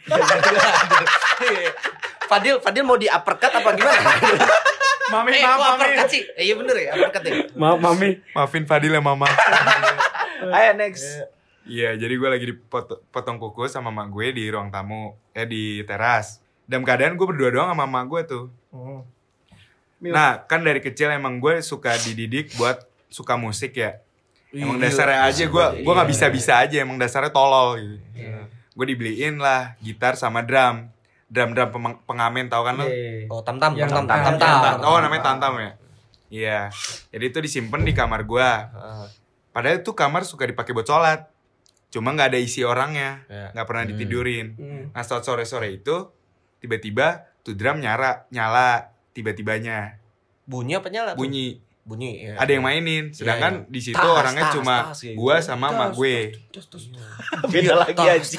Fadil, Fadil mau di uppercut apa gimana? Mami, eh, maaf, kok mami. uppercut sih? Eh, iya bener ya, uppercut ya. Maaf, Mami. Maafin Fadil ya mama. Ayo next. Iya, jadi gue lagi dipotong kuku sama mak gue di ruang tamu. Eh, di teras. Dalam keadaan gue berdua doang sama mak gue tuh. Oh. Nah, kan dari kecil emang gue suka dididik buat suka musik ya. Emang Iya. dasarnya aja gue gue nggak bisa-bisa aja, emang dasarnya tolol gitu. Iya. Gue dibeliin lah gitar sama drum. Drum-drum pemang- pengamen tau kan lo? Iya. Oh, tam-tam, Yang tam-tam, tam-tam. tam-tam. Oh, namanya tantam ya? Iya. Jadi itu disimpan di kamar gue. Ah, Padahal itu kamar suka dipakai buat sholat. Cuma nggak ada isi orangnya, Ya. nggak pernah Hmm. ditidurin. Hmm. Nah, saat sore-sore itu tiba-tiba tuh drum nyala, nyala tiba-tibanya Bunyi apa nyala? tuh? bunyi. Bunyi. Ya. Ada yang mainin, sedangkan di situ Tas, orangnya tas, cuma tas, kayak gua gitu. sama mak gue. Terus, terus. Beda lagi anjing.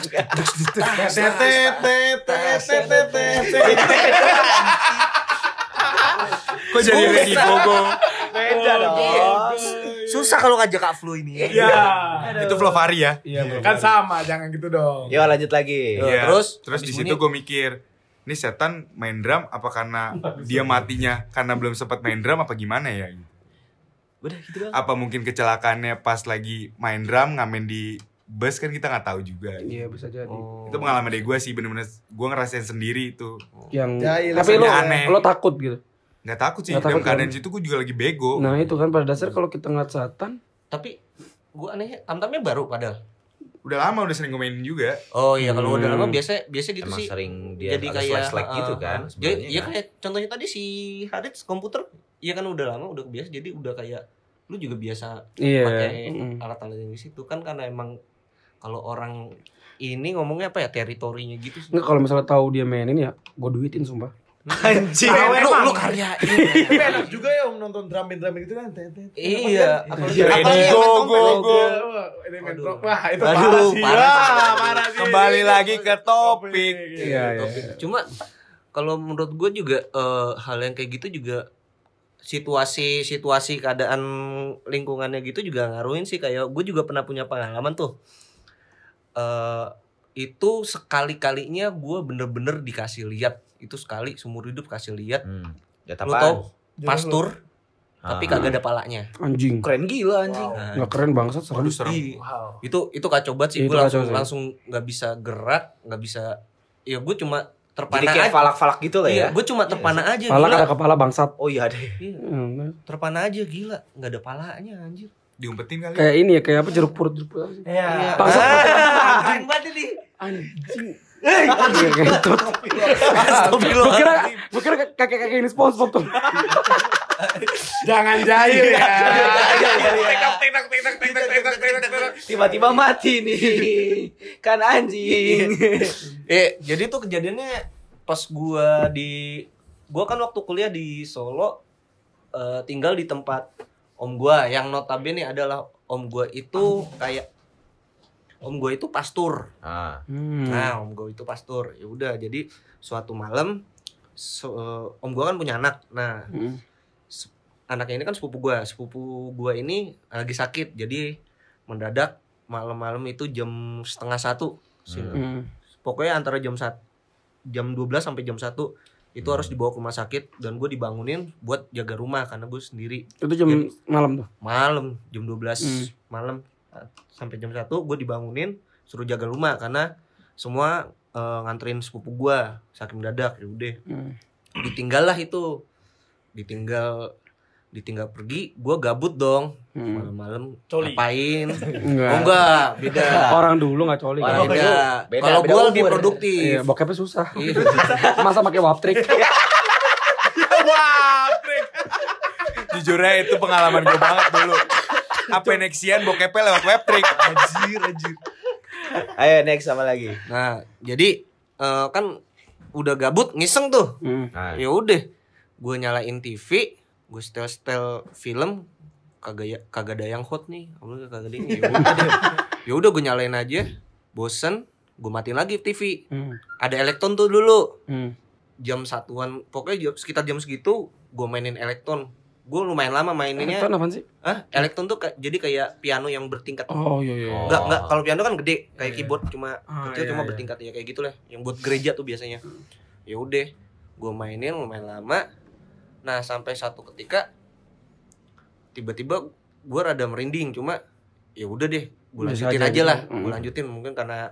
Kok jadi Reggie Pogo? Beda dong. Susah kalau ngajak Kak Flu ini ya. Ya. Itu Flovari ya? Iya, bro. Kan sama, jangan gitu dong. Yo lanjut lagi. Tuh, Iya. terus? terus Habis di situ bunyi. gue mikir, ini setan main drum apa karena dia matinya karena belum sempat main drum apa gimana ya? Udah gitu doang. Apa mungkin kecelakaannya pas lagi main drum ngamen di bus kan kita nggak tahu juga. Iya, bisa jadi. Oh. Itu pengalaman dari gue sih bener-bener gue ngerasain sendiri itu. Yang Jahil, tapi lo rasanya aneh. lo takut gitu. Nggak takut sih, Nggak dalam takut, keadaan kan? situ gue juga lagi bego. Nah, itu kan pada dasar kalau kita ngeliat setan, Tapi gua anehnya tam-tamnya baru padahal. Udah lama udah sering gue mainin juga. Oh iya, kalau udah Hmm. lama biasa biasa gitu Emang sih. sering dia Jadi ada kayak slack-slack ah, gitu ah, kan ah. sebenarnya Jadi iya kan. kayak contohnya tadi si Harits komputer, iya kan udah lama udah biasa jadi udah kayak lu juga biasa iya. pakai Mm. alat-alat yang di situ kan karena emang kalau orang ini ngomongnya apa ya teritorinya gitu sih. Nggak, kalau misalnya tahu dia mainin ya, gue duitin sumpah. Anjing. lu lu karyain. Tapi enak juga ya om nonton drum-drum gitu kan. Iya, Apalagi Ready, apalagi yang go, main go, trompet. go. Wah, ini main Aduh. trompet. Wah, itu Aduh, parah sih. parah. Wah, parah sih. Kembali lagi ke topik. Iya, iya. Cuma kalau menurut gue juga eh, hal yang kayak gitu juga situasi situasi keadaan lingkungannya gitu juga ngaruhin sih kayak gue juga pernah punya pengalaman tuh eh itu sekali-kalinya gue bener-bener dikasih lihat itu sekali seumur hidup kasih lihat Hmm. Ya lu tau Jadi pastur Ah. tapi kagak ada palanya. Anjing. Keren gila anjing. Nah, Nggak keren bangsat, serem. Waduh serem. Ih, Wow. itu itu kacau banget sih Itu gue langsung kacau sih. langsung nggak bisa gerak nggak bisa ya gue cuma terpana Jadi kayak aja. falak-falak gitu lah Iya, ya. gue cuma terpana aja Pala gila. ada kepala bangsat. Oh iya deh. Iya, Hmm. terpana aja gila nggak ada palanya anjir. diumpetin kali. Kayak ini ya, kayak apa jeruk purut jeruk purut. Iya. Bangsat. Anjing banget ini. Anjing. Iya kentut. Gue kira, gue kira kakek-kakek ini SpongeBob tuh. Jangan jahil ya. Tiba-tiba mati nih. Kan anjing. Eh, jadi tuh kejadiannya pas gua di gua kan waktu kuliah di Solo eh, tinggal di tempat om gua yang notabene adalah om gua itu kayak om gua itu pastur. Ah. Hmm. Nah, om gua itu pastur. Ya udah, jadi suatu malam so- eh, om gua kan punya anak. Nah, Hmm. se- anaknya ini kan sepupu gua. Sepupu gua ini lagi sakit. Jadi mendadak malam-malam itu jam setengah satu. Hmm. Pokoknya antara jam satu jam dua belas sampai jam satu itu harus dibawa ke rumah sakit dan gue dibangunin buat jaga rumah karena gue sendiri. Itu jam Jadi- malam tuh. Malam jam dua belas Hmm. malam uh, sampai jam satu gue dibangunin suruh jaga rumah karena semua uh, nganterin sepupu gue sakit mendadak. Ya udah, Hmm. ditinggal lah itu. Ditinggal ditinggal pergi, gue gabut dong. Hmm. Malam-malam Coli. ngapain? Enggak. Oh enggak, beda. Orang dulu enggak coli. Orang kan? Beda. Beda, Kalau beda gue lebih umur. produktif. Iya, bokepnya susah. Iya. Masa pakai waptrik? Wah, Prik. Jujur aja itu pengalaman gue banget dulu. Apa nexian bokepnya lewat web trick. Anjir, anjir. Ayo next sama lagi. Nah, jadi eh, kan udah gabut ngiseng tuh. Hmm. Nah. Ya udah, gue nyalain T V, gue setel-setel film, kagak ya, kagak ada yang hot nih, Alhamdulillah kagak ada ini. Ya udah deh. Ya udah gue nyalain aja, bosen, gue matiin lagi T V. Hmm. Ada Elektron tuh dulu, Hmm. jam satuan, pokoknya jam- sekitar jam segitu gue mainin Elektron. Gue lumayan lama maininnya. Itu apaan sih? Ah, Elektron tuh ka- jadi kayak piano yang bertingkat. Oh iya iya. Oh. Enggak, enggak, kalau piano kan gede, kayak Iya. keyboard cuma Ah, kecil iya, cuma iya. bertingkat ya kayak gitulah, yang buat gereja tuh biasanya. Ya udah, gue mainin lumayan lama. Nah, sampai satu ketika tiba-tiba gue rada merinding, cuma ya udah deh, gue Biasa lanjutin aja aja gitu. lah, Hmm. gue lanjutin mungkin karena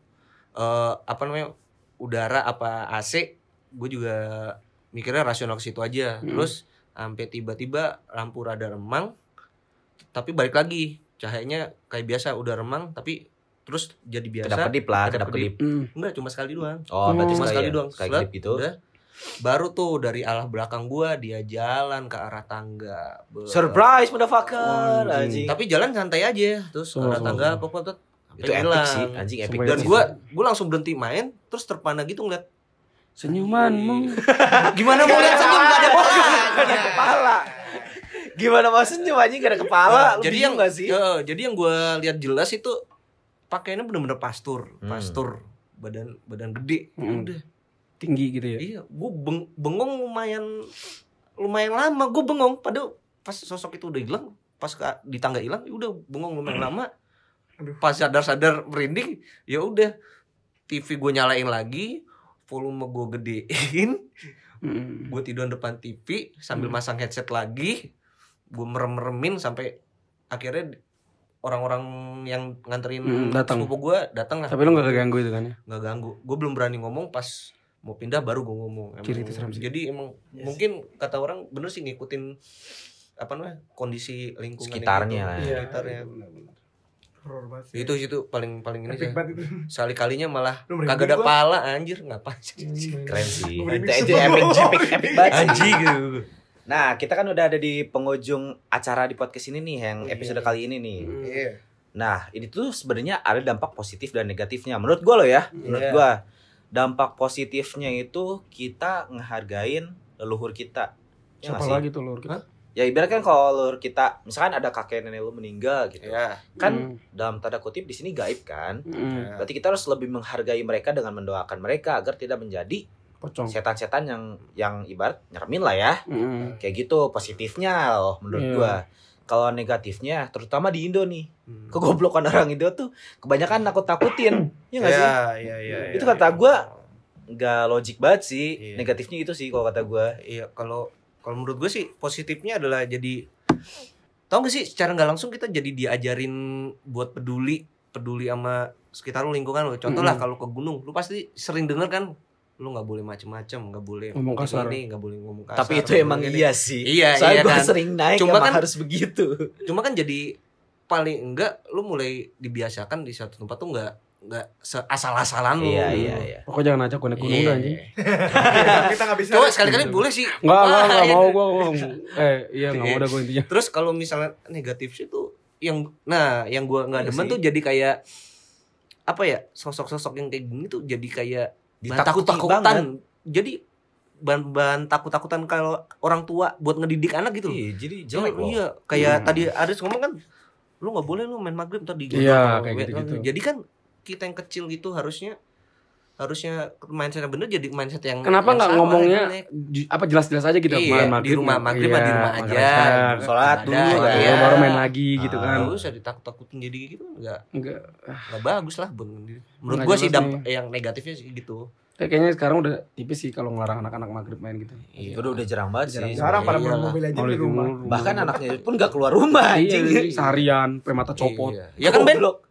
eh, apa namanya udara apa A C, gue juga mikirnya rasional ke situ aja. Hmm. Terus sampai tiba-tiba lampu rada remang, tapi balik lagi cahayanya kayak biasa udah remang, tapi terus jadi biasa. Kedap-kedip lah, kedap-kedip. kedap-kedip. Hmm. Enggak, cuma sekali doang. Oh, berarti Cuma sekali, sekali ya? doang. Sekali Setelah, klip itu. udah, baru tuh dari arah belakang gua dia jalan ke arah tangga. Be- Surprise motherfucker Oh, anjing. anjing. Tapi jalan santai aja, terus ke Oh, arah oh, tangga oh. pokoknya tuh Itu epic sih, anjing epic. Sumpah Dan sih. gua gua langsung berhenti main, terus terpana gitu ngeliat. Senyumanmu. Gimana mau lihat senyum gak ada ada kepala. Gimana mau senyum anjing gak ada kepala? Lu Jadi bingung yang gak sih? ya, jadi yang gua lihat jelas itu pakaiannya bener-bener pastur, Hmm. pastur. Badan badan gede. Hmm. Udah. Tinggi gitu ya. Iya, gue beng bengong lumayan lumayan lama. Gue bengong, padahal pas sosok itu udah hilang, pas ke- di tangga hilang, ya udah bengong lumayan lama. Pas sadar-sadar merinding, ya udah T V gue nyalain lagi, volume gue gedein, Hmm. gue tidur depan T V sambil Hmm. masang headset lagi, gue merem-meremin sampai akhirnya orang-orang yang nganterin Hmm, datang. sepupu gue datang lah. Tapi lu gak keganggu itu kan ya? Nggak ganggu. Gue belum berani ngomong, pas mau pindah baru gue ngomong. Emang- Ciri itu seram sih. Jadi emang mungkin kata orang bener sih ngikutin apa namanya kondisi lingkungan Sekitarnya lah. gitu. Iya. Sekitarnya. Horor banget sih. Itu itu paling paling ini Epic sih. banget itu. Sekali kalinya malah Lu merinding kagak ada gua. pala anjir, ngapain sih? Keren sih. Gua Itu merinding itu semua. epic epic epic banget sih. Anjing gitu. Nah, kita kan udah ada di penghujung acara di podcast ini nih, yang episode kali ini nih. Iya. Nah, ini tuh sebenarnya ada dampak positif dan negatifnya. Menurut gua loh ya, menurut Iya. gua dampak positifnya itu kita ngehargain leluhur kita. Ya nggak Siapa sih? lagi tuh lur kita? Ya ibarat kan kalau leluhur kita, misalkan ada kakek nenek lu meninggal gitu. Ya. Kan dalam tanda kutip di sini gaib kan. Hmm. Berarti kita harus lebih menghargai mereka dengan mendoakan mereka agar tidak menjadi Pocong. setan-setan yang yang ibarat nyeremin lah ya. Hmm. Kayak gitu positifnya loh menurut Iya. gua. Kalau negatifnya terutama di Indo nih. Hmm. Kegoblokan orang Indo tuh kebanyakan nakut-nakutin. Iya enggak sih? Iya, iya, Itu kata gua nggak logik banget sih. Iya. Negatifnya itu sih kalau kata gua. Iya, kalau kalau menurut gue sih positifnya adalah jadi tau gak sih secara nggak langsung kita jadi diajarin buat peduli peduli sama sekitar lu, lingkungan lu. Contoh lah Mm-mm. kalau ke gunung, lu pasti sering denger kan, lu nggak boleh macem-macem, nggak boleh Ngomong kasar. ini, nggak boleh ngomong kasar. Tapi itu nggak emang boleh iya ini. sih. Iya, Soalnya iya gua kan. sering naik Cuma emang kan- harus begitu. Cuma kan jadi paling enggak lu mulai dibiasakan di satu tempat tuh enggak enggak asal-asalan lu. Iya iya iya. Pokoknya jangan ajak gue naik gunung Iya. dah anjing. Kita nggak bisa. Coba sekali-kali boleh sih. Enggak, enggak, Wah, enggak iya. mau gue ngomong. Eh, iya enggak mau dah gue intinya. Terus kalau misalnya negatif sih tuh yang nah yang gua nggak Iya demen sih. tuh jadi kayak apa ya, sosok-sosok yang kayak gini tuh jadi kayak bahan Ditakuti takut-takutan. Jadi bahan-bahan takut-takutan kalau orang tua buat ngedidik anak gitu loh. Iya, jadi Iya, jelek loh. iya, kayak tadi Aris ngomong kan, lu nggak boleh lu main maghrib ntar digodok. Iya, kayak Wet- gitu-gitu. Jadi kan kita yang kecil gitu harusnya harusnya mindset yang bener jadi mindset yang Kenapa yang nggak salah, ngomongnya jelek. ju- apa jelas-jelas aja gitu? Iya, Main di maghrib, rumah maghrib mah di rumah iya, aja. maghrib, Sholat Ada, dulu kan. iya. baru main lagi gitu Ah. kan. Nggak usah ditakut-takutin jadi gitu nggak Enggak. nggak bagus lah buat menurut Nggak gua sih jelas dampak yang negatifnya sih gitu. Eh, kayaknya sekarang udah tipis sih kalau ngelarang anak-anak maghrib main gitu. Iya. Udah udah jarang banget sih. Sekarang pada Iya main lah. Mobile Legends Mau di rumah. Bahkan anaknya pun gak keluar rumah Iya, anjing. anjing, seharian, sampai mata copot. Iya. Ya kan Ben? Goblok.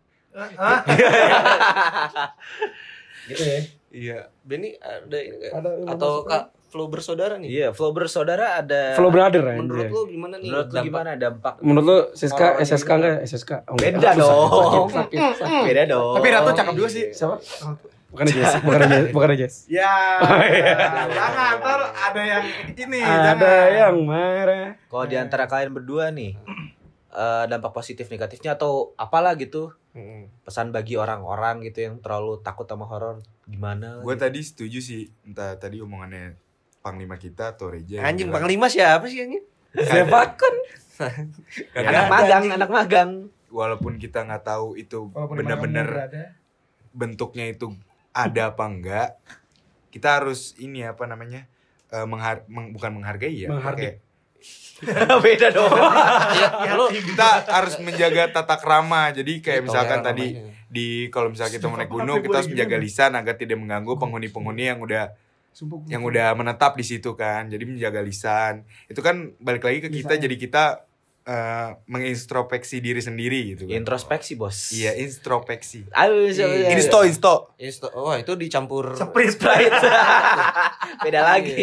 Gitu ya. Iya. Benny ada ini nggak? Ada yang Atau masuk, Kak Flo bersaudara nih? Iya, flow bersaudara ada. Flow brother ya. Menurut lu gimana nih? Menurut lu dampak? gimana dampak? Menurut lu S S K, Orang-orang S S K yang enggak? S S K. Oh, enggak. Beda Ah, susah. dong. Sakit, sakit, sakit. Beda dong. Tapi Ratu cakep juga sih. Siapa? Bukan Jess, bukan Jess, bukan Jess. Ya, Oh, iya. jangan ntar ada yang ini. Ada jangan. yang marah. Kalau di antara kalian berdua nih, eh, dampak positif negatifnya atau apalah gitu, Mm-mm. pesan bagi orang-orang gitu yang terlalu takut sama horor gimana? Gue tadi setuju sih, entah tadi omongannya Panglima kita atau Reja. yang Anjing bilang, Panglima siapa sih anjing? Siapa kan? kadang anak magang, anak magang. walaupun kita nggak tahu itu Walaupun benar-benar magamnya berada. bentuknya itu ada apa enggak, kita harus ini apa namanya eh, menghar meng- bukan menghargai ya, Menghargai. kayak Beda dong. Iya, lu kita harus menjaga tata krama. Jadi kayak Iya, misalkan tolera tadi namanya. di kalau misalnya kita mau naik Sumpah, gunung, kenapa kita gue harus menjaga gini? lisan agar tidak mengganggu penghuni-penghuni yang udah Sumpah gua- yang udah menetap di situ kan. Jadi menjaga lisan. Itu kan balik lagi ke kita, Lisannya. jadi kita eh, mengintrospeksi diri sendiri gitu kan. Introspeksi, Bos. Iya, introspeksi. Ayo, siapa- Iya. siapa- Insto, insto. Insta, oh itu dicampur Sprite. Sprite. Beda lagi.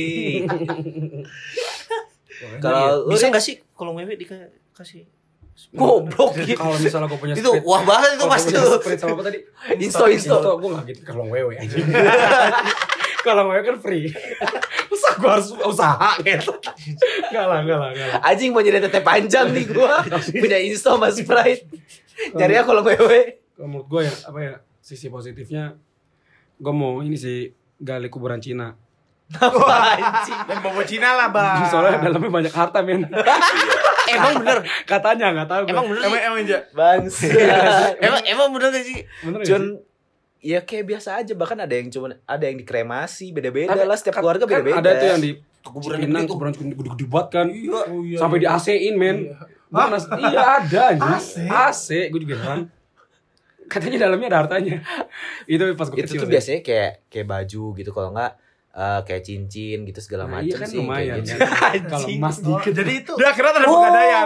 Kalau lu bisa Rin, nggak sih kalau Mewe dikasih goblok gitu. Kalau misalnya gue punya itu wah banget itu kalau pasti punya tuh. Sprite sama apa tadi? Insto, insto. gue gak gitu. Kalau wewe anjing. Kalau wewe kan free. Masa gue harus usaha gitu. Enggak lah, enggak lah, enggak lah. Anjing mau jadi tete panjang nih gua. Punya Insto sama Sprite. Cari ya kalau wewe. Kalau menurut gue ya, apa ya, sisi positifnya gue mau ini sih gali kuburan Cina. Apa anjing? Dan bobo Cina lah, Bang. Soalnya dalamnya banyak harta, men. Emang bener, Katanya enggak tahu gue. emang bener Emang sih. emang aja. Bangsa. Emang emang bener gak sih? Bener nggak Cun sih? ya kayak biasa aja, bahkan ada yang cuma ada yang dikremasi, beda-beda Tapi lah setiap kan- keluarga kan beda-beda. Ada tuh yang di Kuburan Cipinang, gede tuh. kuburan gede-gede banget kan. Oh, iya, Sampai iya. di A C-in, men. Bukan Hah? as- iya ada anjing. A C? A C, gue juga heran. Katanya dalamnya ada hartanya. Itu pas gue Itu kecil tuh sih. biasanya kayak kayak baju gitu, kalau enggak eh, kayak cincin gitu segala Nah, macam iya kan sih lumayan. kayak gitu. Kan. Kalau emas Oh, dikit. jadi itu. Dia kira ada pegadaian.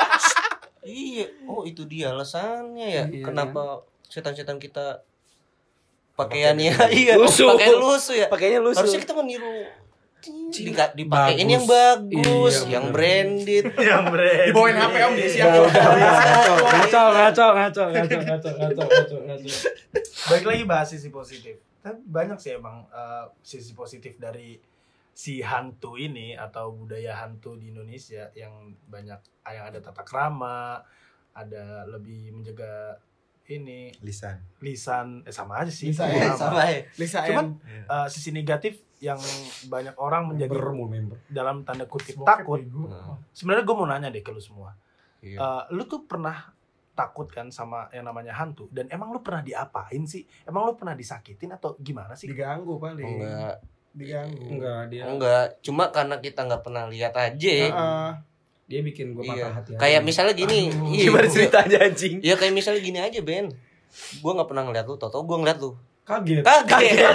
Iya, oh itu dia alasannya ya. Iya. Kenapa setan-setan kita pakaiannya iya, Lusuh. pakai lusuh ya. Pakainya lusuh. Harusnya kita meniru Dika, dipakein Bagus. yang bagus, Iya, yang bener. branded. Yang brand. Dibawain H P Om dia siap. Udah, udah, udah. Ngaco, ngaco, ngaco, ngaco, ngaco, ngaco, ngaco, ngaco, ngaco. Balik lagi bahas sisi positif. Tapi banyak sih emang eh, sisi positif dari si hantu ini atau budaya hantu di Indonesia yang banyak yang ada tata krama, ada lebih menjaga ini Lisan. lisan eh, sama aja sih. Lisan, Sama. Sama ya. Lisa Cuman eh, sisi negatif yang banyak orang menjadi Member, mau member. dalam tanda kutip takut. Sebenarnya gue mau nanya deh ke lu semua. Iya. Eh, lu tuh pernah takut kan sama yang namanya hantu? Dan emang lu pernah diapain sih? Emang lu pernah disakitin atau gimana sih? diganggu paling. Enggak, Diganggu. Enggak, dia enggak. Cuma karena kita nggak pernah lihat aja. Heeh. dia bikin gua Iya. patah hati. aja. Kayak misalnya gini. Iya, Gimana gua- ceritanya anjing? Iya kayak misalnya gini aja Ben. Gua nggak pernah ngeliat lu, tau-tau gua ngeliat lu. kaget. Kaget.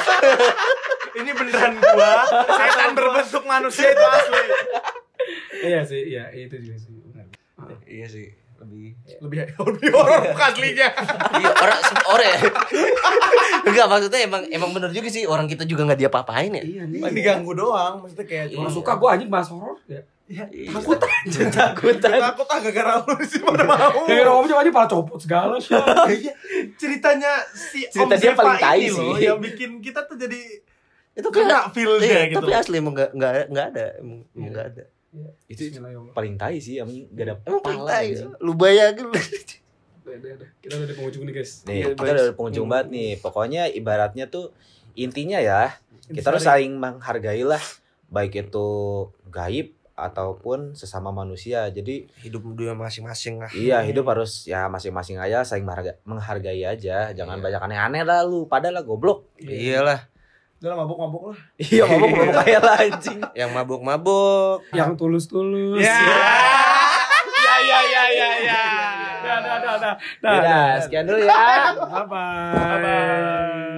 Ini beneran gua setan berbentuk manusia itu asli. Iya sih, iya itu juga sih. Benar. Iya sih, lebih. Lebih lebih horor bukan aslinya. Iya orang orang ya. Enggak maksudnya emang emang bener juga sih orang kita juga nggak dia apa-apain ya. Iya nih. Diganggu doang, maksudnya kayak Kalau cuma suka gua anjing bahas horor ya. Ya, Takut aja. Takutan. takut ah gara-gara lu sih pada mau. Gara-gara om aja malah copot segala sih. Iya, ceritanya si Cerita Om dia Zepa paling tai ini loh sih. yang bikin kita tuh jadi Itu kena feel-nya iya, gitu. tapi asli emang nggak nggak nggak ada, emang emang nggak ada. Itu Bismillahirrahmanirrahim. paling tai sih, emang gak ada Emang pala tai, anjing. lu bayangin. Udah, udah, udah. Kita udah di penghujung nih guys. Nih, Iya, kita guys. udah ada pengunjung banget nih. Pokoknya ibaratnya tuh intinya ya, kita harus saling menghargai lah, baik itu gaib ataupun sesama manusia. Jadi Hidup dia masing-masing lah. iya, hidup harus ya masing-masing aja saling menghargai, menghargai aja. Jangan Iya. banyak aneh-aneh lah lu, pada lah goblok. Iyalah, Udah lah, mabuk-mabuk lah. Iya, ngomong ngomong kayak lah anjing. yang mabuk-mabuk. Yang tulus-tulus. Ya. Ya ya ya ya ya. Dah, dah, dah, dah. Udah, sekian dulu ya. Bye-bye. Bye-bye.